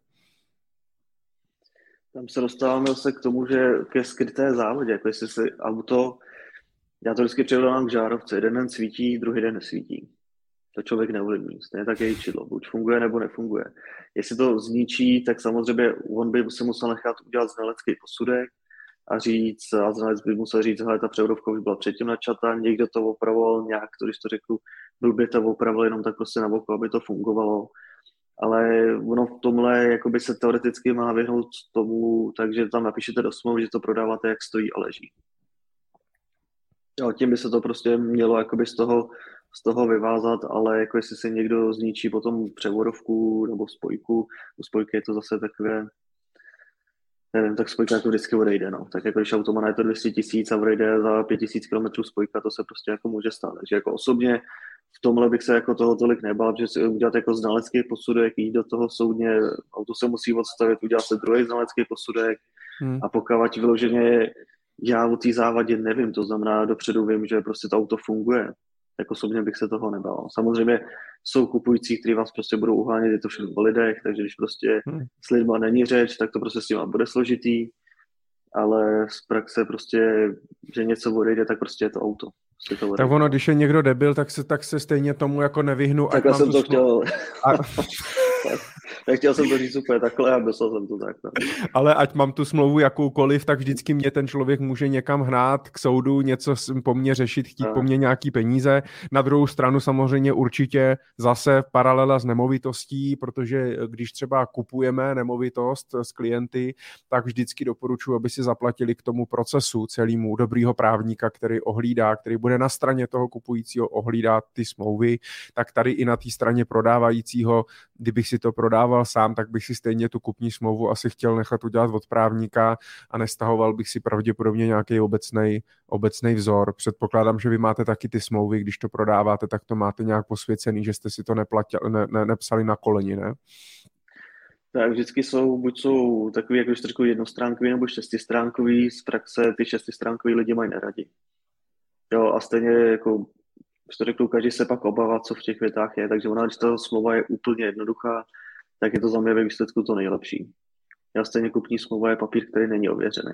Tam se dostáváme zase k tomu, že ke skryté závodě, jako jestli si auto, já to vždycky přirovnám k žárovce, jeden den svítí, druhý den nesvítí. To člověk neovlivní. Stejně tak je čidlo. Buď funguje, nebo nefunguje. Jestli to zničí, tak samozřejmě on by se musel nechat udělat znalecký posudek a říct, a znalec by musel říct, hele, ta převodovka už byla předtím načata, někdo to opravoval nějak, to, když to řeknu, blbě to opravil jenom tak prostě na boku, aby to fungovalo. Ale ono v tomhle jakoby se teoreticky má vyhnout tomu, takže tam napíšete do smlouvy, že to prodáváte, jak stojí a leží. Jo, tím by se to prostě mělo jakoby z toho z toho vyvázat, ale jako jestli se někdo zničí potom převodovku nebo spojku, u spojky je to zase takové, nevím, tak spojka jako vždycky odejde, no. Tak jako když auto má na to 200 000 a odejde za 5 000 kilometrů spojka, to se prostě jako může stát. Takže jako osobně v tomhle bych se jako toho tolik nebál, že si udělat jako znalecký posudek, jít do toho soudně, auto se musí odstavit, udělat se druhý znalecký posudek a pokud vyloženě já o té závadě nevím, to znamená dopředu vím, že prostě to auto funguje, tak osobně bych se toho nebál. Samozřejmě jsou kupující, kteří vás prostě budou uhánět, je to všechno o lidech, takže když prostě s lidma není řeč, tak to prostě s tím bude složitý, ale z praxe prostě, že něco odejde, tak prostě je to auto. Prostě to tak ono, když je někdo debil, tak se stejně tomu jako nevyhnu. Tak já jsem to chtěl. Nechtěl jsem to říct úplně takhle a myslel jsem to tak. No. Ale ať mám tu smlouvu jakoukoliv, tak vždycky mě ten člověk může někam hnát k soudu, něco po mně řešit, chtít po mně nějaký peníze. Na druhou stranu samozřejmě určitě zase paralela s nemovitostí, protože když třeba kupujeme nemovitost s klienty, tak vždycky doporučuji, aby si zaplatili k tomu procesu celému dobrýho právníka, který ohlídá, který bude na straně toho kupujícího ohlídat ty smlouvy, tak tady i na té straně prodávajícího, kdybych si to prodával sám, tak bych si stejně tu kupní smlouvu asi chtěl nechat udělat od právníka a nestahoval bych si pravděpodobně nějaký obecný vzor. Předpokládám, že vy máte taky ty smlouvy, když to prodáváte, tak to máte nějak posvěcený, že jste si to nepsali na koleni, ne? Tak vždycky buď jsou takový, jako řekl, jednostránkový nebo šestistránkový, z praxe ty šestistránkový lidi mají neradi. Jo, a stejně jako už to řekl, každý se pak obává, co v těch větách je, takže ona, když ta smlouva je úplně jednoduchá, tak je to za mě ve výsledku to nejlepší. Já stejně kupní smlouva je papír, který není ověřený.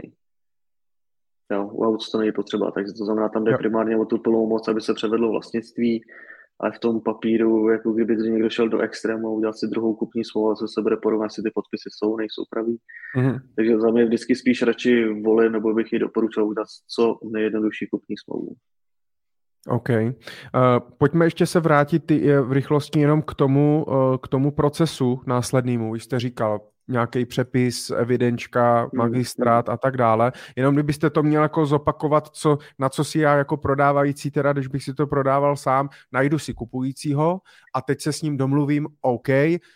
Jo, u aut to není potřeba, takže to znamená, tam jde primárně o tu plnou moc, aby se převedlo vlastnictví, ale v tom papíru, jako kdyby někdo šel do extrému a udělal si druhou kupní smlouvu, co se bude porovnat, si ty podpisy jsou, nejsou pravý. Takže za mě vždycky spíš radši volím, nebo bych ji doporučil udělat co nejjednodušší kupní smlouvu. OK. Pojďme ještě se vrátit v rychlosti jenom k tomu procesu následnému. Vy jste říkal nějaký přepis, evidenčka, magistrát a tak dále. Jenom kdybyste to měl jako zopakovat, na co si já jako prodávající, teda když bych si to prodával sám, najdu si kupujícího a teď se s ním domluvím, OK,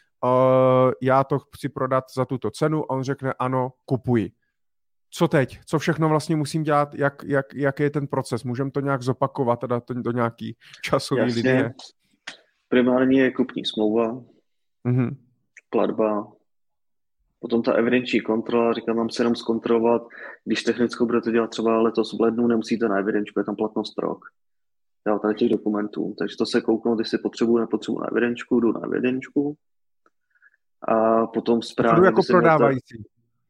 já to chci prodat za tuto cenu, on řekne ano, kupuji. Co teď? Co všechno vlastně musím dělat? Jak je ten proces? Můžeme to nějak zopakovat teda do nějaký časový linie? Primárně je kupní smlouva, platba, potom ta evidenční kontrola, říkám, mám se jenom zkontrolovat, když technickou budete dělat třeba letos v lednu, nemusíte na evidenčku, je tam platnost rok. Já tady těch dokumentů, takže to se kouknout, jestli potřebuji, nepotřebuji na evidenčku, jdu na evidenčku a potom správně... Jdu jako prodávající.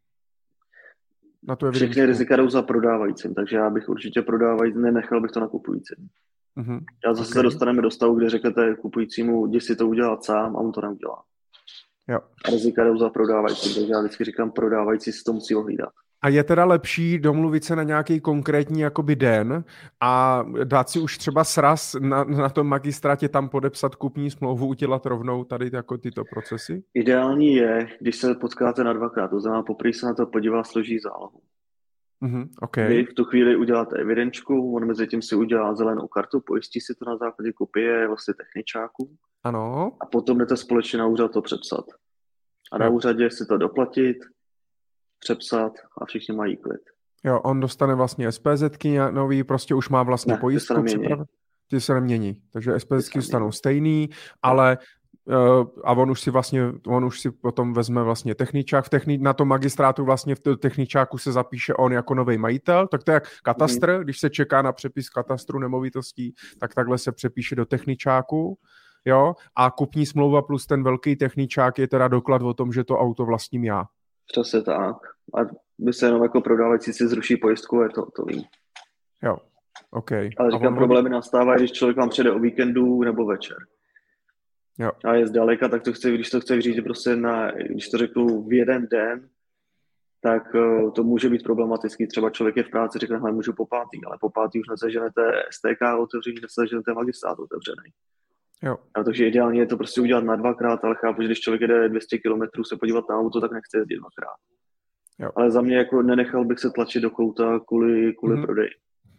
Všechny rizika jdou za prodávajícím, takže já bych určitě prodávající, nenechal bych to na kupujícím. Já zase se dostaneme do stavu, kde řeknete kupujícímu, jdi si to udělat sám a on to neudělá. Jo. A rizika jdou za prodávajícím, takže já vždycky říkám, prodávající si to musí ohlídat. A je teda lepší domluvit se na nějaký konkrétní jakoby den a dát si už třeba sraz na tom magistrátě tam podepsat kupní smlouvu, udělat rovnou tady jako tyto procesy? Ideální je, když se potkáte na dvakrát, to znamená poprvé se na to podívá, složí zálohu. Okay. Vy v tu chvíli uděláte evidenčku, on mezi tím si udělá zelenou kartu, pojistí si to na základě kopie vlastně techničáku. Ano. A potom jdete společně na úřad to přepsat. A na úřadě si to doplatit, přepsat a všichni mají klid. Jo, on dostane vlastně SPZky nový, prostě už má vlastně pojistku. Ty se nemění. Takže SPZky zůstanou stejný, ale a on už si potom vezme vlastně techničák. Na tom magistrátu vlastně v techničáku se zapíše on jako nový majitel, tak to je jak katastr, když se čeká na přepis katastru nemovitostí, tak takhle se přepíše do techničáku. Jo? A kupní smlouva plus ten velký techničák je teda doklad o tom, že to auto vlastním já. Přesně tak. A by se jenom jako prodávající si zruší pojistku a je to hotový. Jo, OK. Ale říkám, problémy nastávají, když člověk vám přijde o víkendu nebo večer. Jo. A je zdaleka, tak když to chce říct prostě když to řeknu v jeden den, tak to může být problematický. Třeba člověk je v práci, řekne, hele, můžu po pátý, ale po pátý už neseženete STK otevřený, neseženete magistrát otevřený. Jo. A takže ideálně je to prostě udělat na dvakrát, ale chápu, že když člověk jede 200 km se podívat na auto, tak nechce jezdit dvakrát. Jo. Ale za mě jako nenechal bych se tlačit do kouta kvůli prodeji.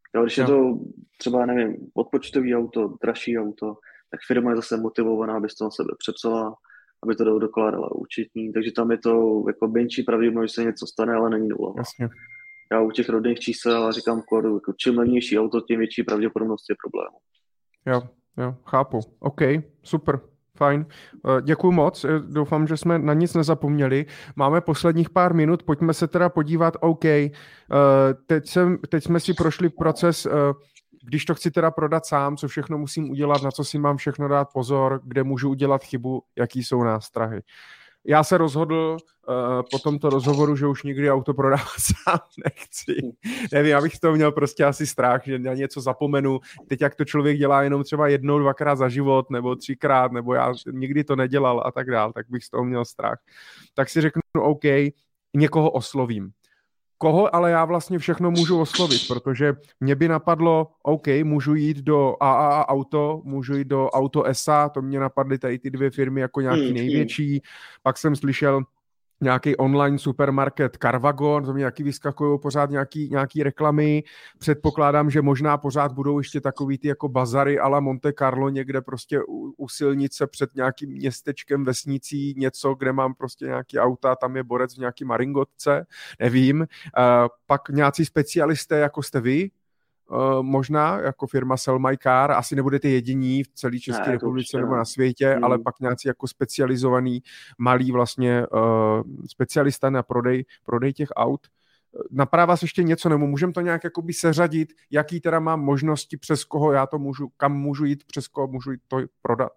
Jo, když je Jo, to třeba, nevím, odpočtový auto, dražší auto, tak firma je zase motivovaná, aby to na sebe přepsala, aby to dokládala účetní, takže tam je to jako menší pravděpodobnost, že se něco stane, ale není nulová. jasně. Já u těch rodných čísel říkám, jako čím levnější auto, tím větší pravděpodobnost je problému. Jo, jo, chápu. OK, super, fajn. Děkuju moc, doufám, že jsme na nic nezapomněli. Máme posledních pár minut, pojďme se teda podívat, OK, teď jsme si prošli proces, když to chci teda prodat sám, co všechno musím udělat, na co si mám všechno dát pozor, kde můžu udělat chybu, jaký jsou nástrahy. Já se rozhodl po tomto rozhovoru, že už nikdy auto prodávat sám nechci. Nevím, já bych z toho měl prostě asi strach, že na něco zapomenu. Teď jak to člověk dělá jenom třeba jednou, dvakrát za život, nebo třikrát, nebo já nikdy to nedělal a tak dál, tak bych z toho měl strach. Tak si řeknu, OK, někoho oslovím. Koho ale já vlastně všechno můžu oslovit, protože mě by napadlo, OK, můžu jít do AAA Auto, můžu jít do Auto SA, to mě napadly tady ty dvě firmy jako nějaký největší, pak jsem slyšel nějaký online supermarket Carvago, to mě taky vyskakují pořád nějaký reklamy, předpokládám, že možná pořád budou ještě takový ty jako bazary a la Monte Carlo někde prostě u silnice před nějakým městečkem, vesnicí, něco, kde mám prostě nějaký auta, tam je borec v nějaký maringotce, nevím. Pak nějací specialisté, jako jste vy, možná jako firma Sell My Car, asi nebudete jediní v celé České republice nebo na světě, ale pak nějací jako specializovaný malý vlastně specialista na prodej těch aut. Napadá vás ještě něco, nebo můžeme to nějak jakoby seřadit, jaký teda mám možnosti, přes koho já to můžu, kam můžu jít, přes koho můžu jít to prodat?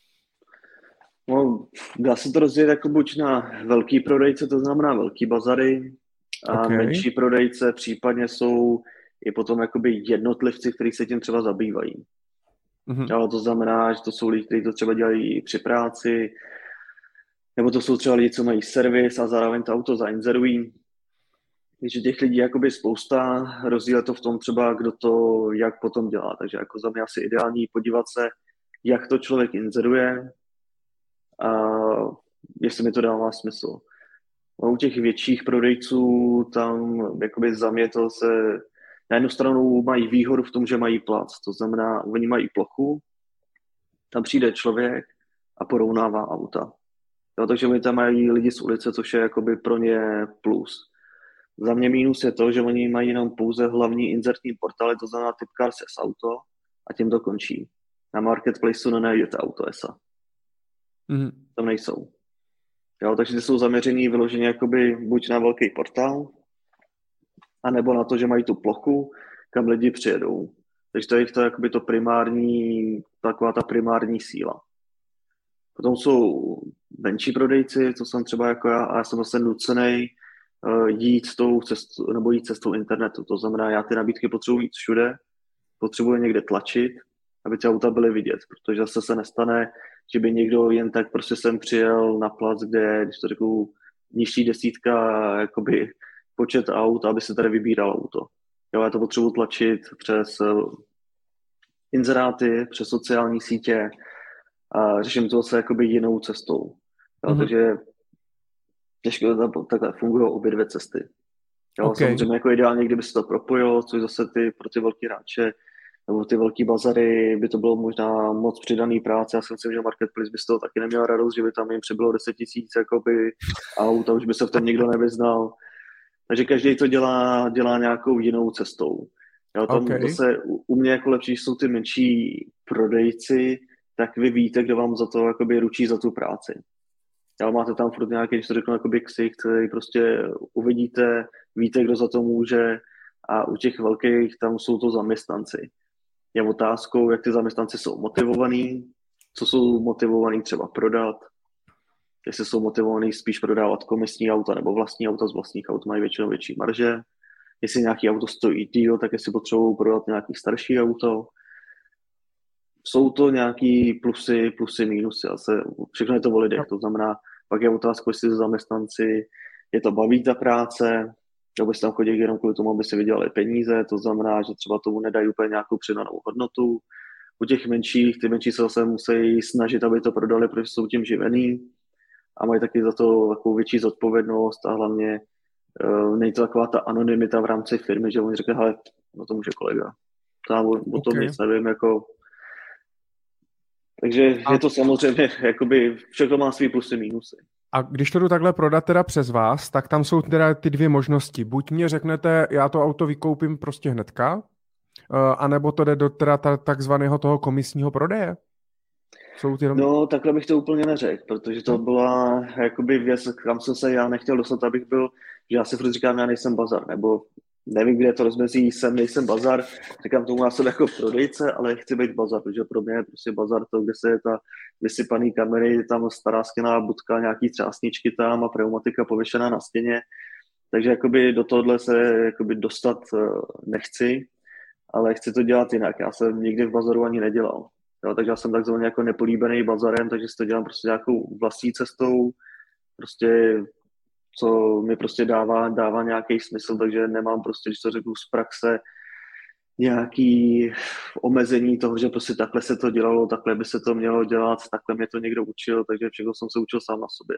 No, dá se to rozdělit jako buď na velký prodejce, to znamená velký bazary, a menší prodejce případně jsou i potom jakoby jednotlivci, kteří se tím třeba zabývají. Ale to znamená, že to jsou lidi, kteří to třeba dělají při práci, nebo to jsou třeba lidi, co mají servis a zároveň to auto zainzerují. Takže těch lidí je jakoby spousta, rozdíl je to v tom třeba, kdo to jak potom dělá. Takže jako za mě asi ideální podívat se, jak to člověk inzeruje a jestli mi to dává smysl. A u těch větších prodejců tam jakoby za mě to se na jednu stranu mají výhodu v tom, že mají plac. To znamená, oni mají plochu, tam přijde člověk a porovnává auta. Jo, takže oni tam mají lidi z ulice, což je jakoby pro ně plus. Za mě mínus je to, že oni mají jenom pouze hlavní inzertní portály, to znamená Typcar SES Auto a tím to končí. Na marketplaceu nenajdete Auto ESA. Tam nejsou. Jo, takže ty jsou zaměření vyloženě jakoby buď na velký portál, anebo na to, že mají tu plochu, kam lidi přijedou. Takže to je to jakoby to primární, taková ta primární síla. Potom jsou menší prodejci, to jsem třeba jako já, a já jsem zase nucený jít tou cestou, nebo jít cestou internetu. To znamená, já ty nabídky potřebuji jít všude, potřebuji někde tlačit, aby ty auta byly vidět, protože zase se nestane, že by někdo jen tak prostě sem přijel na plac, kde, když to řeknu, nižší desítka, jakoby počet aut, aby se tady vybíral auto. Jo, já to potřebuji tlačit přes inzeráty, přes sociální sítě a řeším to zase jakoby jinou cestou. Jo, takže těžko takhle fungují obě dvě cesty. Jo, samozřejmě jako ideálně, kdyby se to propojilo, což zase pro ty velký hráče nebo ty velký bazary by to bylo možná moc přidaný práce. Já si myslím, že Marketplace by z toho taky neměl radost, že by tam jim přibylo 10 000 aut a už by se v tom nikdo nevyznal. Takže každý to dělá nějakou jinou cestou. Jo, tam zase u mě jako lepší jsou ty menší prodejci, tak vy víte, kdo vám za to jakoby ručí za tu práci. Ale máte tam furt nějaký, když to řeknu, jakoby ksich, který prostě uvidíte, víte, kdo za to může a u těch velkých tam jsou to zaměstnanci. Je otázkou, jak ty zaměstnanci jsou motivovaní, co jsou motivovaní třeba prodat, jestli jsou motivovaní spíš prodávat komisní auta nebo vlastní auta, z vlastních aut mají většinou větší marže, jestli nějaký auto stojí díl, tak jestli potřebují prodat nějaký starší auto. Jsou to nějaký plusy, mínusy, všechno je to o lidech, to znamená, pak je otázka, jestli zaměstnanci je to baví ta práce, nebo si tam chodí jenom kvůli tomu, aby si vydělali peníze, to znamená, že třeba tomu nedají úplně nějakou přidanou hodnotu. U těch menších, ty menší se zase musí snažit, aby to prodali, protože jsou tím živený a mají taky za to takovou větší zodpovědnost a hlavně není to taková ta anonymita v rámci firmy, že oni říkají, hele, No to může kolega. To já o tom Okay. nic nevím, jako. Takže je to samozřejmě, jakoby všechno má svý plusy, mínusy. A když to jdu takhle prodat teda přes vás, tak tam jsou teda ty dvě možnosti. Buď mě řeknete, já to auto vykoupím prostě hnedka, anebo to jde do teda takzvaného toho komisního prodeje. Jsou ty No, takhle bych to úplně neřekl, protože to byla jakoby věc, kam jsem se já nechtěl dostat, abych byl, že já si furt říkám, já nejsem bazar, nebo nevím, kde je to rozmezí, nejsem bazar, říkám tomu, já jsem jako prodejce, ale chci být bazar, protože pro mě je prostě bazar to, kde se je ta vysypaný kamery, tam stará stěná budka, nějaký třásničky tam a pneumatika pověšená na stěně, takže jakoby do tohohle se jakoby dostat nechci, ale chci to dělat jinak. Já jsem nikdy v bazaru ani nedělal. Jo, takže já jsem takzvaně jako nepolíbený bazarem, takže si to dělám prostě nějakou vlastní cestou, prostě co mi prostě dává nějaký smysl, takže nemám prostě, když to řeknu z praxe, nějaký omezení toho, že prostě takhle se to dělalo, takhle by se to mělo dělat, takhle mě to někdo učil, takže všechno jsem se učil sám na sobě.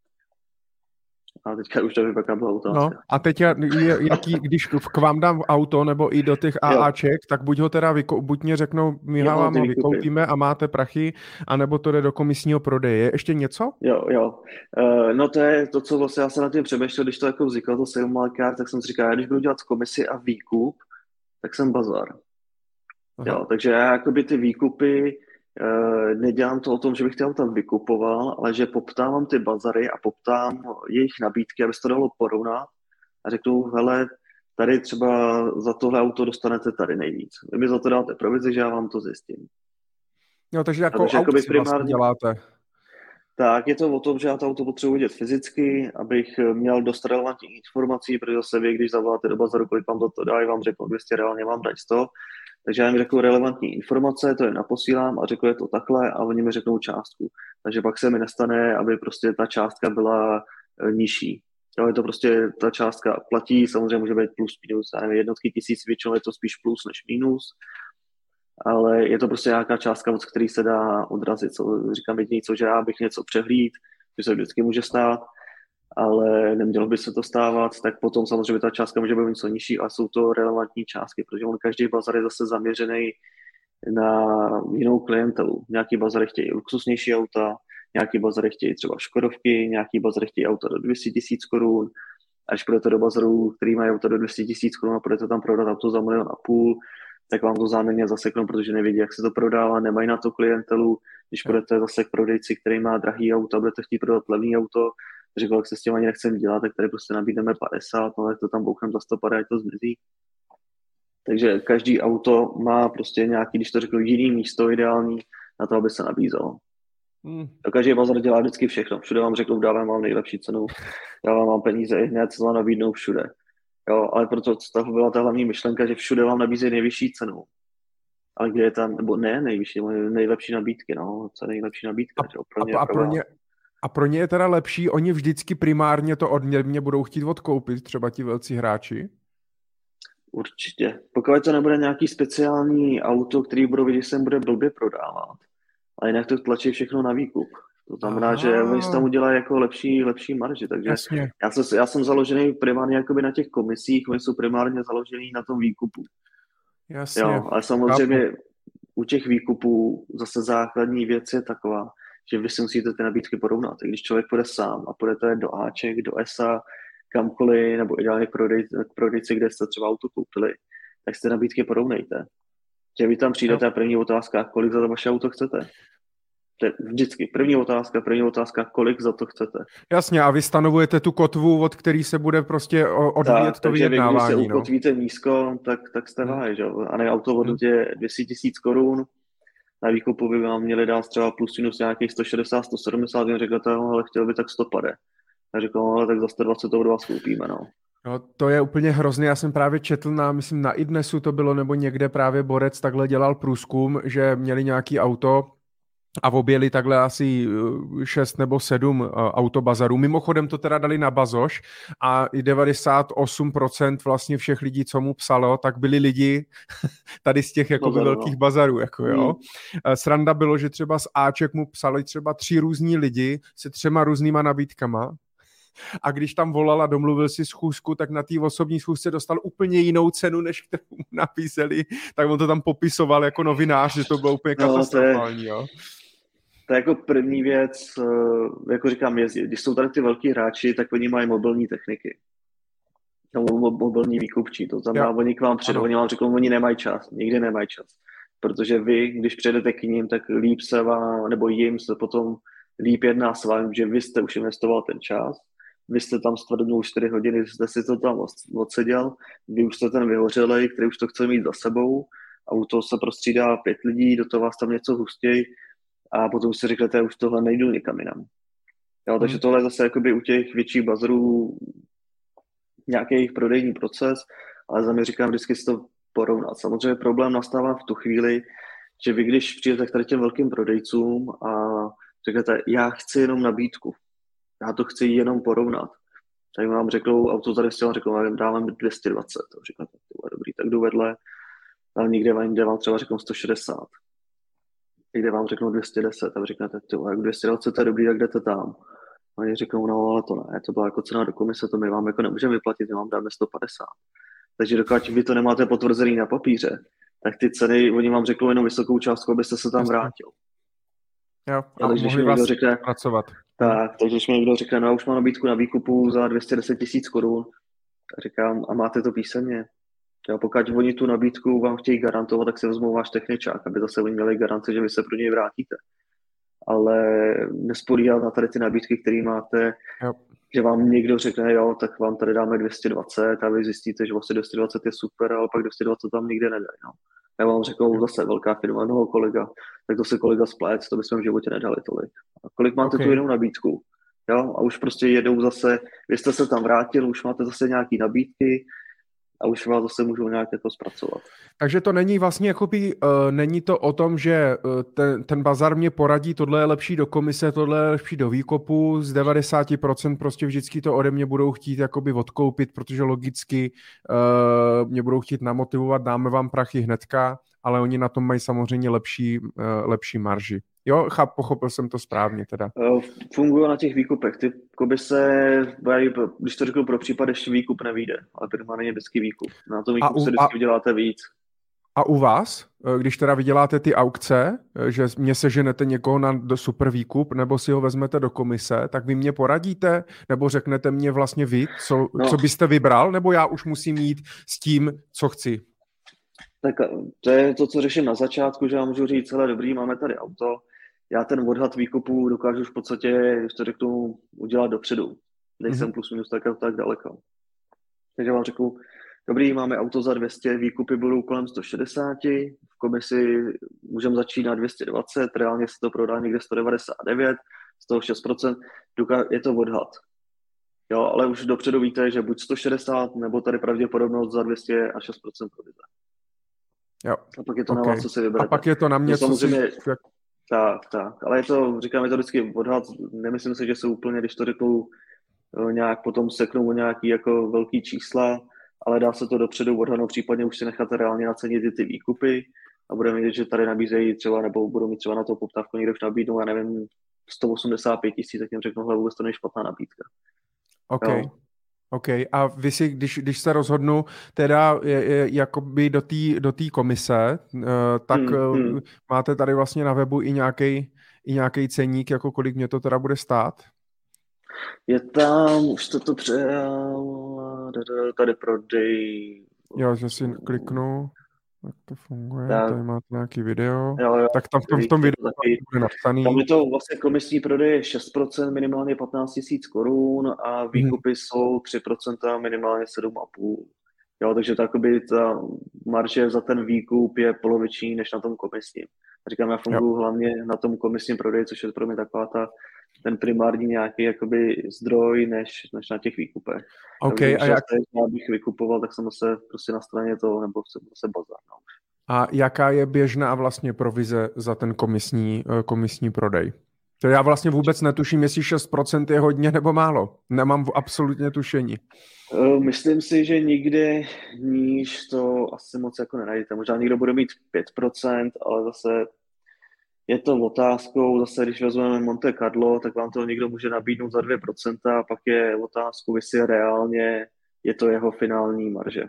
A teďka už nevím, jaká byla otázka. No, a teď když k vám dám auto nebo i do těch AAček, tak buď ho teda buď mě řeknou, my vám ho vykoupíme a máte prachy, anebo to jde do komisního prodeje. Je ještě něco? Jo. No to je to, co vlastně já jsem na tím přemýšlel, když to jako vzniklo, to sale card, tak jsem si říkal, já když budu dělat komisi a výkup, tak jsem bazar. Jo, takže já jakoby ty výkupy nedělám to o tom, že bych ty auta vykupoval, ale že poptávám ty bazary a poptám jejich nabídky, aby se to dalo porovnat a řeknu, hele, tady třeba za tohle auto dostanete tady nejvíc. Vy mi za to dáte provizi, že já vám to zjistím. Jo, takže jako aukci vlastně děláte. Tak, je to o tom, že já to auto potřebuji vidět fyzicky, abych měl dost relevantních informací, protože zase vy, když zavoláte do bazaru, kolik vám to dají, vám řeknu 200, reálně vám dají 100. Takže já jim řeknu relevantní informace, to je naposílám a řeknu, je to takhle a oni mi řeknou částku. Takže pak se mi nestane, aby prostě ta částka byla nižší. Jo, je to prostě, ta částka platí, samozřejmě může být plus, minus, já nevím, jednotky tisíc, většinou je to spíš plus než minus, ale je to prostě nějaká částka, od který se dá odrazit. Říkám jediný, že já bych něco přehlíd, že se vždycky může stát, ale nemělo by se to stávat, tak potom samozřejmě ta částka může být něco nižší, ale jsou to relevantní částky, protože každý bazar je zase zaměřený na jinou klientelu. Nějaký bazary chtějí luxusnější auta, nějaký bazary chtějí třeba Škodovky, nějaký bazary chtějí auta do 200 000 korun. Až půjdete do bazarů, který mají auta do 200 000 korun a půjdete tam prodat auto za 1,5 milionu, tak vám to záměrně zaseknou, protože nevědí, jak se to prodává, nemají na to klientelu. Když půjdete zase k prodejci, který má drahý auto, budete chtít prodat levný auto, řekl, jak se s tím ani nechcem dělat, tak tady prostě nabídneme 50, no tak to tam bouchneme za 150, to zmizí. Takže každý auto má prostě nějaký, když to řeknu, jiný místo ideální na to, aby se nabízelo. Každý bazar dělá vždycky všechno. Všude vám řeknou, dávám vám nejlepší cenu, dávám vám peníze i hned, co vám nabídnou všude. Jo, ale proto to byla ta hlavní myšlenka, že všude vám nabízejí nejvyšší cenu. Ale kde je tam, nebo ne nejvyšší, nejlepší nabídky, no, co je nejlepší nabídka. A pro ně je teda lepší, oni vždycky primárně to od mě budou chtít odkoupit, třeba ti velcí hráči? Určitě. Pokud to nebude nějaký speciální auto, který budou vidět, že se bude blbě prodávat, ale jinak to tlačí všechno na výkup. To znamená, že oni se tam udělají jako lepší marži. Takže já jsem založený primárně jakoby na těch komisích, oni jsou primárně založený na tom výkupu. Jasně. Jo, ale samozřejmě u těch výkupů zase základní věc je taková, že vy si musíte ty nabídky porovnat. Když člověk půjde sám a půjdete do Aček, do ESA, kamkoliv, nebo ideálně k prodejci, kde jste třeba auto koupili, tak si ty nabídky porovnejte. Že vy tam přijdete a první otázka, kolik za to vaše auto chcete. To je vždycky první otázka, kolik za to chcete. Jasně, a vy stanovujete tu kotvu, od který se bude prostě odvíjet to vyjednávání. Takže vy, když se ukotvíte nízko, tak jste váj, jo. A ne auto hodnotě 200 000 korun, na výkupu by vám měli dát třeba plus minus nějakých 160, 170, jen řeknete, ale chtěl by tak 150. A řekl, ale tak za 120 to od vás koupíme, no. No, to je úplně hrozně, já jsem právě četl myslím na iDnesu to bylo, nebo někde právě Borec takhle dělal průzkum, že měli nějaký auto a objeli takhle asi 6 nebo 7 autobazarů. Mimochodem to teda dali na Bazoš a i 98% vlastně všech lidí, co mu psalo, tak byli lidi tady z těch jakoby velkých bazarů. Jako, jo. Sranda bylo, že třeba z Aček mu psali třeba 3 různí lidi se 3 různýma nabídkama. A když tam volala, domluvil si schůzku, tak na té osobní schůzce dostal úplně jinou cenu, než kterou mu nabízeli. Tak on to tam popisoval jako novinář, že to bylo úplně katastrofální. Jo? To je jako první věc, jako říkám, když jsou tady ty velký hráči, tak oni mají mobilní techniky. Mobilní výkupčí, to znamená, oni k vám přijdou, oni vám řeknou, oni nemají čas, nikdy nemají čas. Protože vy, když přijedete k ním, tak líp se vám, nebo jim se potom líp jedná s vámi, že vy jste už investoval ten čas, vy jste tam stvrdnul 4 hodiny, jste si to tam odseděl, vy už jste ten vyhořelej, který už to chce mít za sebou a u toho se prostřídá 5 lidí, do toho vás tam něco hustěj a potom si řeknete, už tohle nejdu někam jinam. Jo, takže tohle je zase jakoby u těch větších bazarů nějaký jejich prodejní proces, ale za mě říkám, vždycky si to porovnat. Samozřejmě problém nastává v tu chvíli, že vy když přijdete k tady těm velkým prodejcům a řeknete, já chci jenom nabídku, já to chci jenom porovnat, tak vám řeknou, auto tady vám řeknou, dáváme 220, říkáte, dobrý, tak jdu vedle, ale někde vám třeba řeknou 160, někde vám řeknou 210 a vy říkáte, jak 220 je dobrý, tak jdete tam. A oni řeknou, no ale to ne, to byla jako cena do komise, to my vám jako nemůžeme vyplatit, my vám dáme 150. Takže dokud vy to nemáte potvrzený na papíře, tak ty ceny, oni vám řeknou jenom vysokou částku, abyste se tam vrátil. Jo, a mohli vás řekne, pracovat. Tak, takže když mi někdo řekne, no už mám nabídku na výkupu za 210 000 korun, tak říkám, a máte to písemně? Jo, pokud oni tu nabídku vám chtějí garantovat, tak si vezmou váš techničák, aby zase oni měli garanci, že vy se pro něj vrátíte. Ale nespolíhat na tady ty nabídky, které máte, jo. Že vám někdo řekne, jo, tak vám tady dáme 220 a vy zjistíte, že vlastně 220 je super, ale pak 220 tam nikde nedají. No. Já vám řeknu zase velká firma, jednoho kolega, tak to se kolega splét, to bychom v životě nedali tolik. A kolik máte tu jinou nabídku? Jo, a už prostě jedou zase, vy jste se tam vrátil, už máte zase nějaký nabídky, a už vás zase můžou nějak jako zpracovat. Takže to není vlastně jakoby, není to o tom, že ten bazar mě poradí, tohle je lepší do komise, tohle je lepší do výkopu, z 90% prostě vždycky to ode mě budou chtít jakoby odkoupit, protože logicky mě budou chtít namotivovat, dáme vám prachy hnedka, ale oni na tom mají samozřejmě lepší marži. Jo, pochopil jsem to správně teda. Fungují na těch výkupech. Ty komise, když to řeknu pro případ, ještě výkup nevyjde, ale primárně je vždycky výkup. Na tom výkup se vždycky vyděláte víc. A u vás, když teda vyděláte ty aukce, že mě seženete někoho do super výkup, nebo si ho vezmete do komise, tak vy mě poradíte, nebo řeknete mě vlastně vy, co byste vybral, nebo já už musím jít s tím, co chci? Tak to je to, co řeším na začátku, že já můžu říct, hele dobrý, máme tady auto, já ten odhad výkupu dokážu už v podstatě, když to řeknu, udělat dopředu. Nejsem plus minus tak daleko. Takže vám řeknu, dobrý, máme auto za 200, výkupy budou kolem 160, v komisi můžeme začít na 220, reálně se to prodá někde 199, z toho 6%, je to odhad. Jo, ale už dopředu víte, že buď 160, nebo tady pravděpodobnost za 200 a 6% provize. Jo. A pak je to na vás, co si vyberete. A pak je to na mě, co si... Tak. Ale je to, říkám, je to vždycky odhad. Nemyslím si, že jsou úplně, když to řeknou, nějak potom seknou o nějaký jako velký čísla, ale dá se to dopředu odhadnout, případně už si necháte reálně nacenit ty výkupy a budeme vidět, že tady nabízejí třeba, nebo budou mít třeba na to poptávku někde už nabídnou, já nevím, 185 000, tak jim řeknu, hele, vůbec to není špatná nabídka. OK. A vy si, když se rozhodnu teda jakoby do té komise, tak máte tady vlastně na webu i nějaký ceník, jako kolik mě to teda bude stát? Je tam, už to přejel, tady prodej. Jo, že si kliknu, jak to funguje, tady máte nějaký video, jo, tak tam v tom videu bude napsaný. Tam je to vlastně komisní prodej je 6%, minimálně 15 000 korun a výkupy jsou 3%, minimálně 7,5. Jo, takže ta marže za ten výkup je poloviční než na tom komisním. Říkám, já funguji hlavně na tom komisním prodeji, což je pro mě taková ten primární nějaký jakoby zdroj než na těch výkupech. Okay, takže, já bych vykupoval, tak jsem se prostě na straně toho, nebo se bazar. No. A jaká je běžná vlastně provize za ten komisní prodej? To já vlastně vůbec netuším, jestli 6% je hodně nebo málo. Nemám absolutně tušení. Myslím si, že nikde níž to asi moc jako nenajdete. Možná někdo bude mít 5%, ale zase je to otázkou, zase když vezmeme Monte Carlo, tak vám to někdo může nabídnout za 2%, a pak je otázkou, jestli reálně je to jeho finální marže.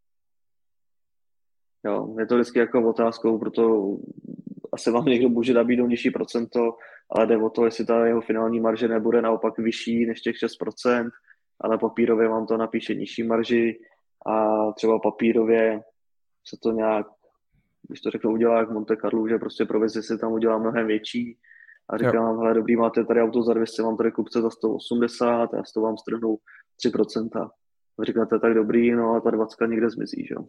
Jo, je to vždycky jako otázkou, proto asi vám někdo může nabídnout nižší procento, ale jde o to, jestli ta jeho finální marže nebude naopak vyšší než těch 6%, ale papírově vám to napíše nižší marži a třeba papírově se to nějak, když to řeknu, udělá jak Monte Carlo, že prostě provizi si tam udělá mnohem větší a Jo. říkám, hele, dobrý, máte tady auto za 200, mám tady kupce za 180 a z toho vám strhnou 3%. A říkáte, tak dobrý, no a ta 20 někde zmizí, že jo.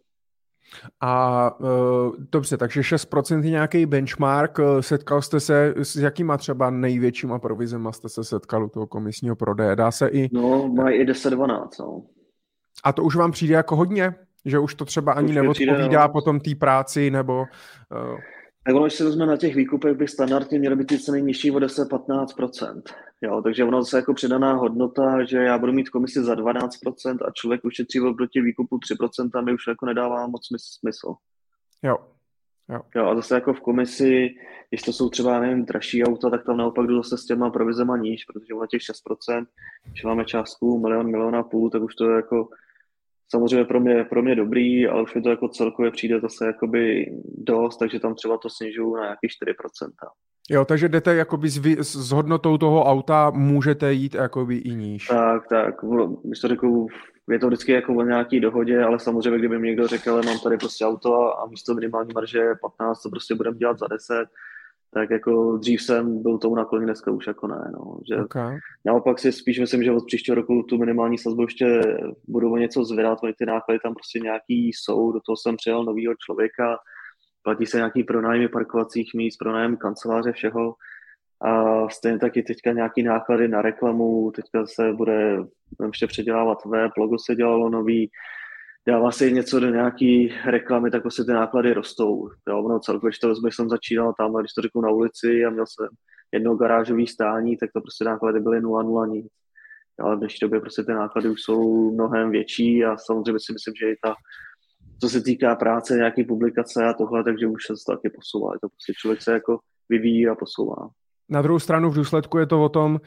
A dobře, takže 6% je nějaký benchmark. Setkal jste se s jakýma třeba největšíma provizema jste se setkal u toho komisního prodeje? Dá se i... No, mají i 10-12, no. A to už vám přijde jako hodně? Že už to třeba ani Už mi přijde, neodpovídá no. potom té práci, nebo... Tak ono, když se vezme na těch výkupech, by standardně měly být ty ceny nižší o 10-15%. Jo, takže ono zase jako přidaná hodnota, že já budu mít komisi za 12% a člověk ušetří oproti výkupu 3%, mi už jako nedává moc smysl. Jo. Jo. Jo, a zase jako v komisi, když to jsou třeba, nevím, dražší auta, tak tam naopak jdu zase s těma provizema níž, protože na těch 6%, když máme částku 1,5 milionu, tak už to je jako samozřejmě pro mě dobrý, ale už mi to jako celkově přijde zase jakoby dost, takže tam třeba to snižuju na nějakých 4%. Jo, takže jdete jakoby s hodnotou toho auta, můžete jít jakoby i níž. Tak, když to řeknu, je to vždycky jako o nějaký dohodě, ale samozřejmě, kdyby mi někdo řekl, mám tady prostě auto a místo minimální marže 15, to prostě budeme dělat za 10, tak jako dřív jsem byl tomu nakloněn, dneska už jako ne, no, že Okay. naopak si spíš myslím, že od příštího roku tu minimální sazbu ještě budou o něco zvedat, oni ty náklady tam prostě nějaký jsou, do toho jsem přijal novýho člověka, platí se nějaký pronájmy parkovacích míst, pronájem kanceláře, všeho a stejně taky teďka nějaký náklady na reklamu, teďka se bude ještě předělávat web, logo se dělalo nový, dává se něco do nějaký reklamy, tak prostě ty náklady rostou. Jo, ono celkově, když to vezmu, jsem začínal tam, když to řeknu na ulici a měl jsem jedno garážové stání, tak to prostě náklady byly 0,0 nic. Ale v dnešní době prostě ty náklady už jsou mnohem větší a samozřejmě si myslím, že i ta, co se týká práce, nějaký publikace a tohle, takže už se to taky posouvá. Je to prostě člověk se jako vyvíjí a posouvá. Na druhou stranu v důsledku je to o tom,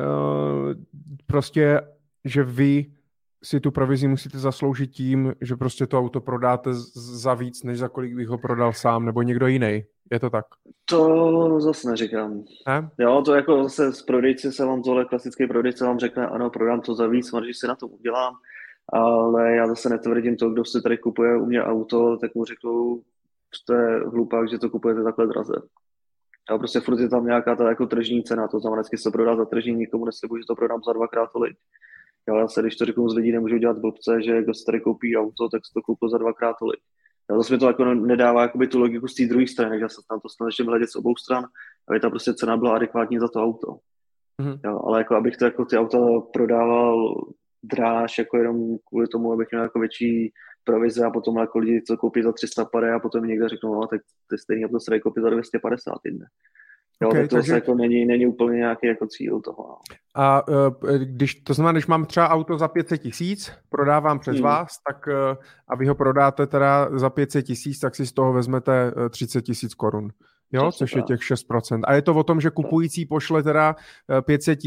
prostě, že vy si tu provizi musíte zasloužit tím, že prostě to auto prodáte za víc, než za kolik bych ho prodal sám, nebo někdo jiný. Je to tak? To zase neříkám. Ne? Jo, to jako zase z prodejci se vám tohle klasický prodejce vám řekne, ano, prodám to za víc, marži si na to udělám, ale já zase netvrdím to, kdo si tady kupuje u mě auto, tak mu řeknu, jste hlupák, že to kupujete takhle draze. A prostě furt je tam nějaká ta jako tržní cena, to znamená, vždycky se prodá za tržní, nikomu neslibuji, že to prodám za 2x tolik. Jo, já se, když to řeknu z lidí, nemůžu dělat blbce, že kdo si tady koupí auto, tak si to koupil za 2x tolik. Jo, zase mi to jako nedává jakoby tu logiku z té druhé strany, že se tam to snažím hledět z obou stran, aby ta prostě cena byla adekvátní za to auto. Mm-hmm. Jo, ale jako abych to jako ty auta prodával dráž, jako jenom kvůli tomu, abych měl jako větší provize a potom jako lidi, co koupí za 300 pade a potom někdo řeknou, no tak ty stejný auto se dají koupit za 250 jinde. Jo, Okay, tak to takže jako není úplně nějaký jako cíl toho. No. A to znamená, když mám třeba auto za 500 000, prodávám přes vás, tak a vy ho prodáte teda za 500 000, tak si z toho vezmete 30 000 korun. Jo, což je těch 6%. A je to o tom, že kupující pošle teda 500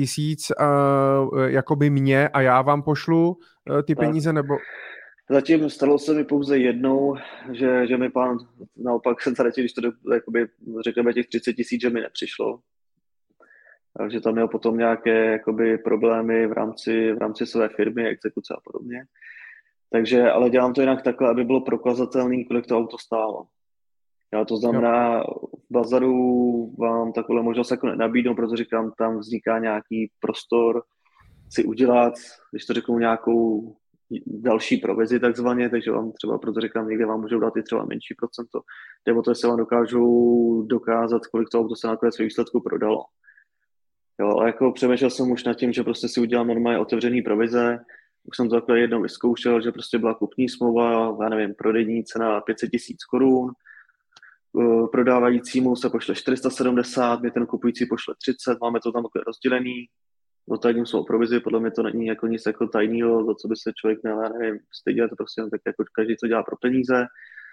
000 jakoby mě a já vám pošlu ty peníze, nebo... Zatím stalo se mi pouze jednou, že mi pán naopak jsem tady, když to jakoby, řekneme těch 30 000, že mi nepřišlo. Takže tam měl potom nějaké jakoby, problémy v rámci své firmy, exekuce a podobně. Takže, ale dělám to jinak takhle, aby bylo prokazatelné, kolik to auto stálo. Já to znamená, v bazaru vám takovou možnost jako nenabídnou, protože říkám, tam vzniká nějaký prostor si udělat, když to řeknu, nějakou další provizi takzvaně, takže vám třeba, proto říkám, někde vám můžou dát i třeba menší procento, nebo to, jestli vám dokážou dokázat, kolik to auto se nakonec ve výsledku prodalo. Jo, ale jako přemýšlel jsem už nad tím, že prostě si udělám normálně otevřený provize, už jsem to takhle jednou vyzkoušel, že prostě byla kupní smlouva, já nevím, prodejní cena 500 000 korun, prodávajícímu se pošle 470, mě ten kupující pošle 30, máme to tam takhle rozdělený, dotajím svou provizi, podle mě to není jako nic jako tajného, za co by se člověk měl, já nevím, stydět, prostě tak jako každý to dělá pro peníze.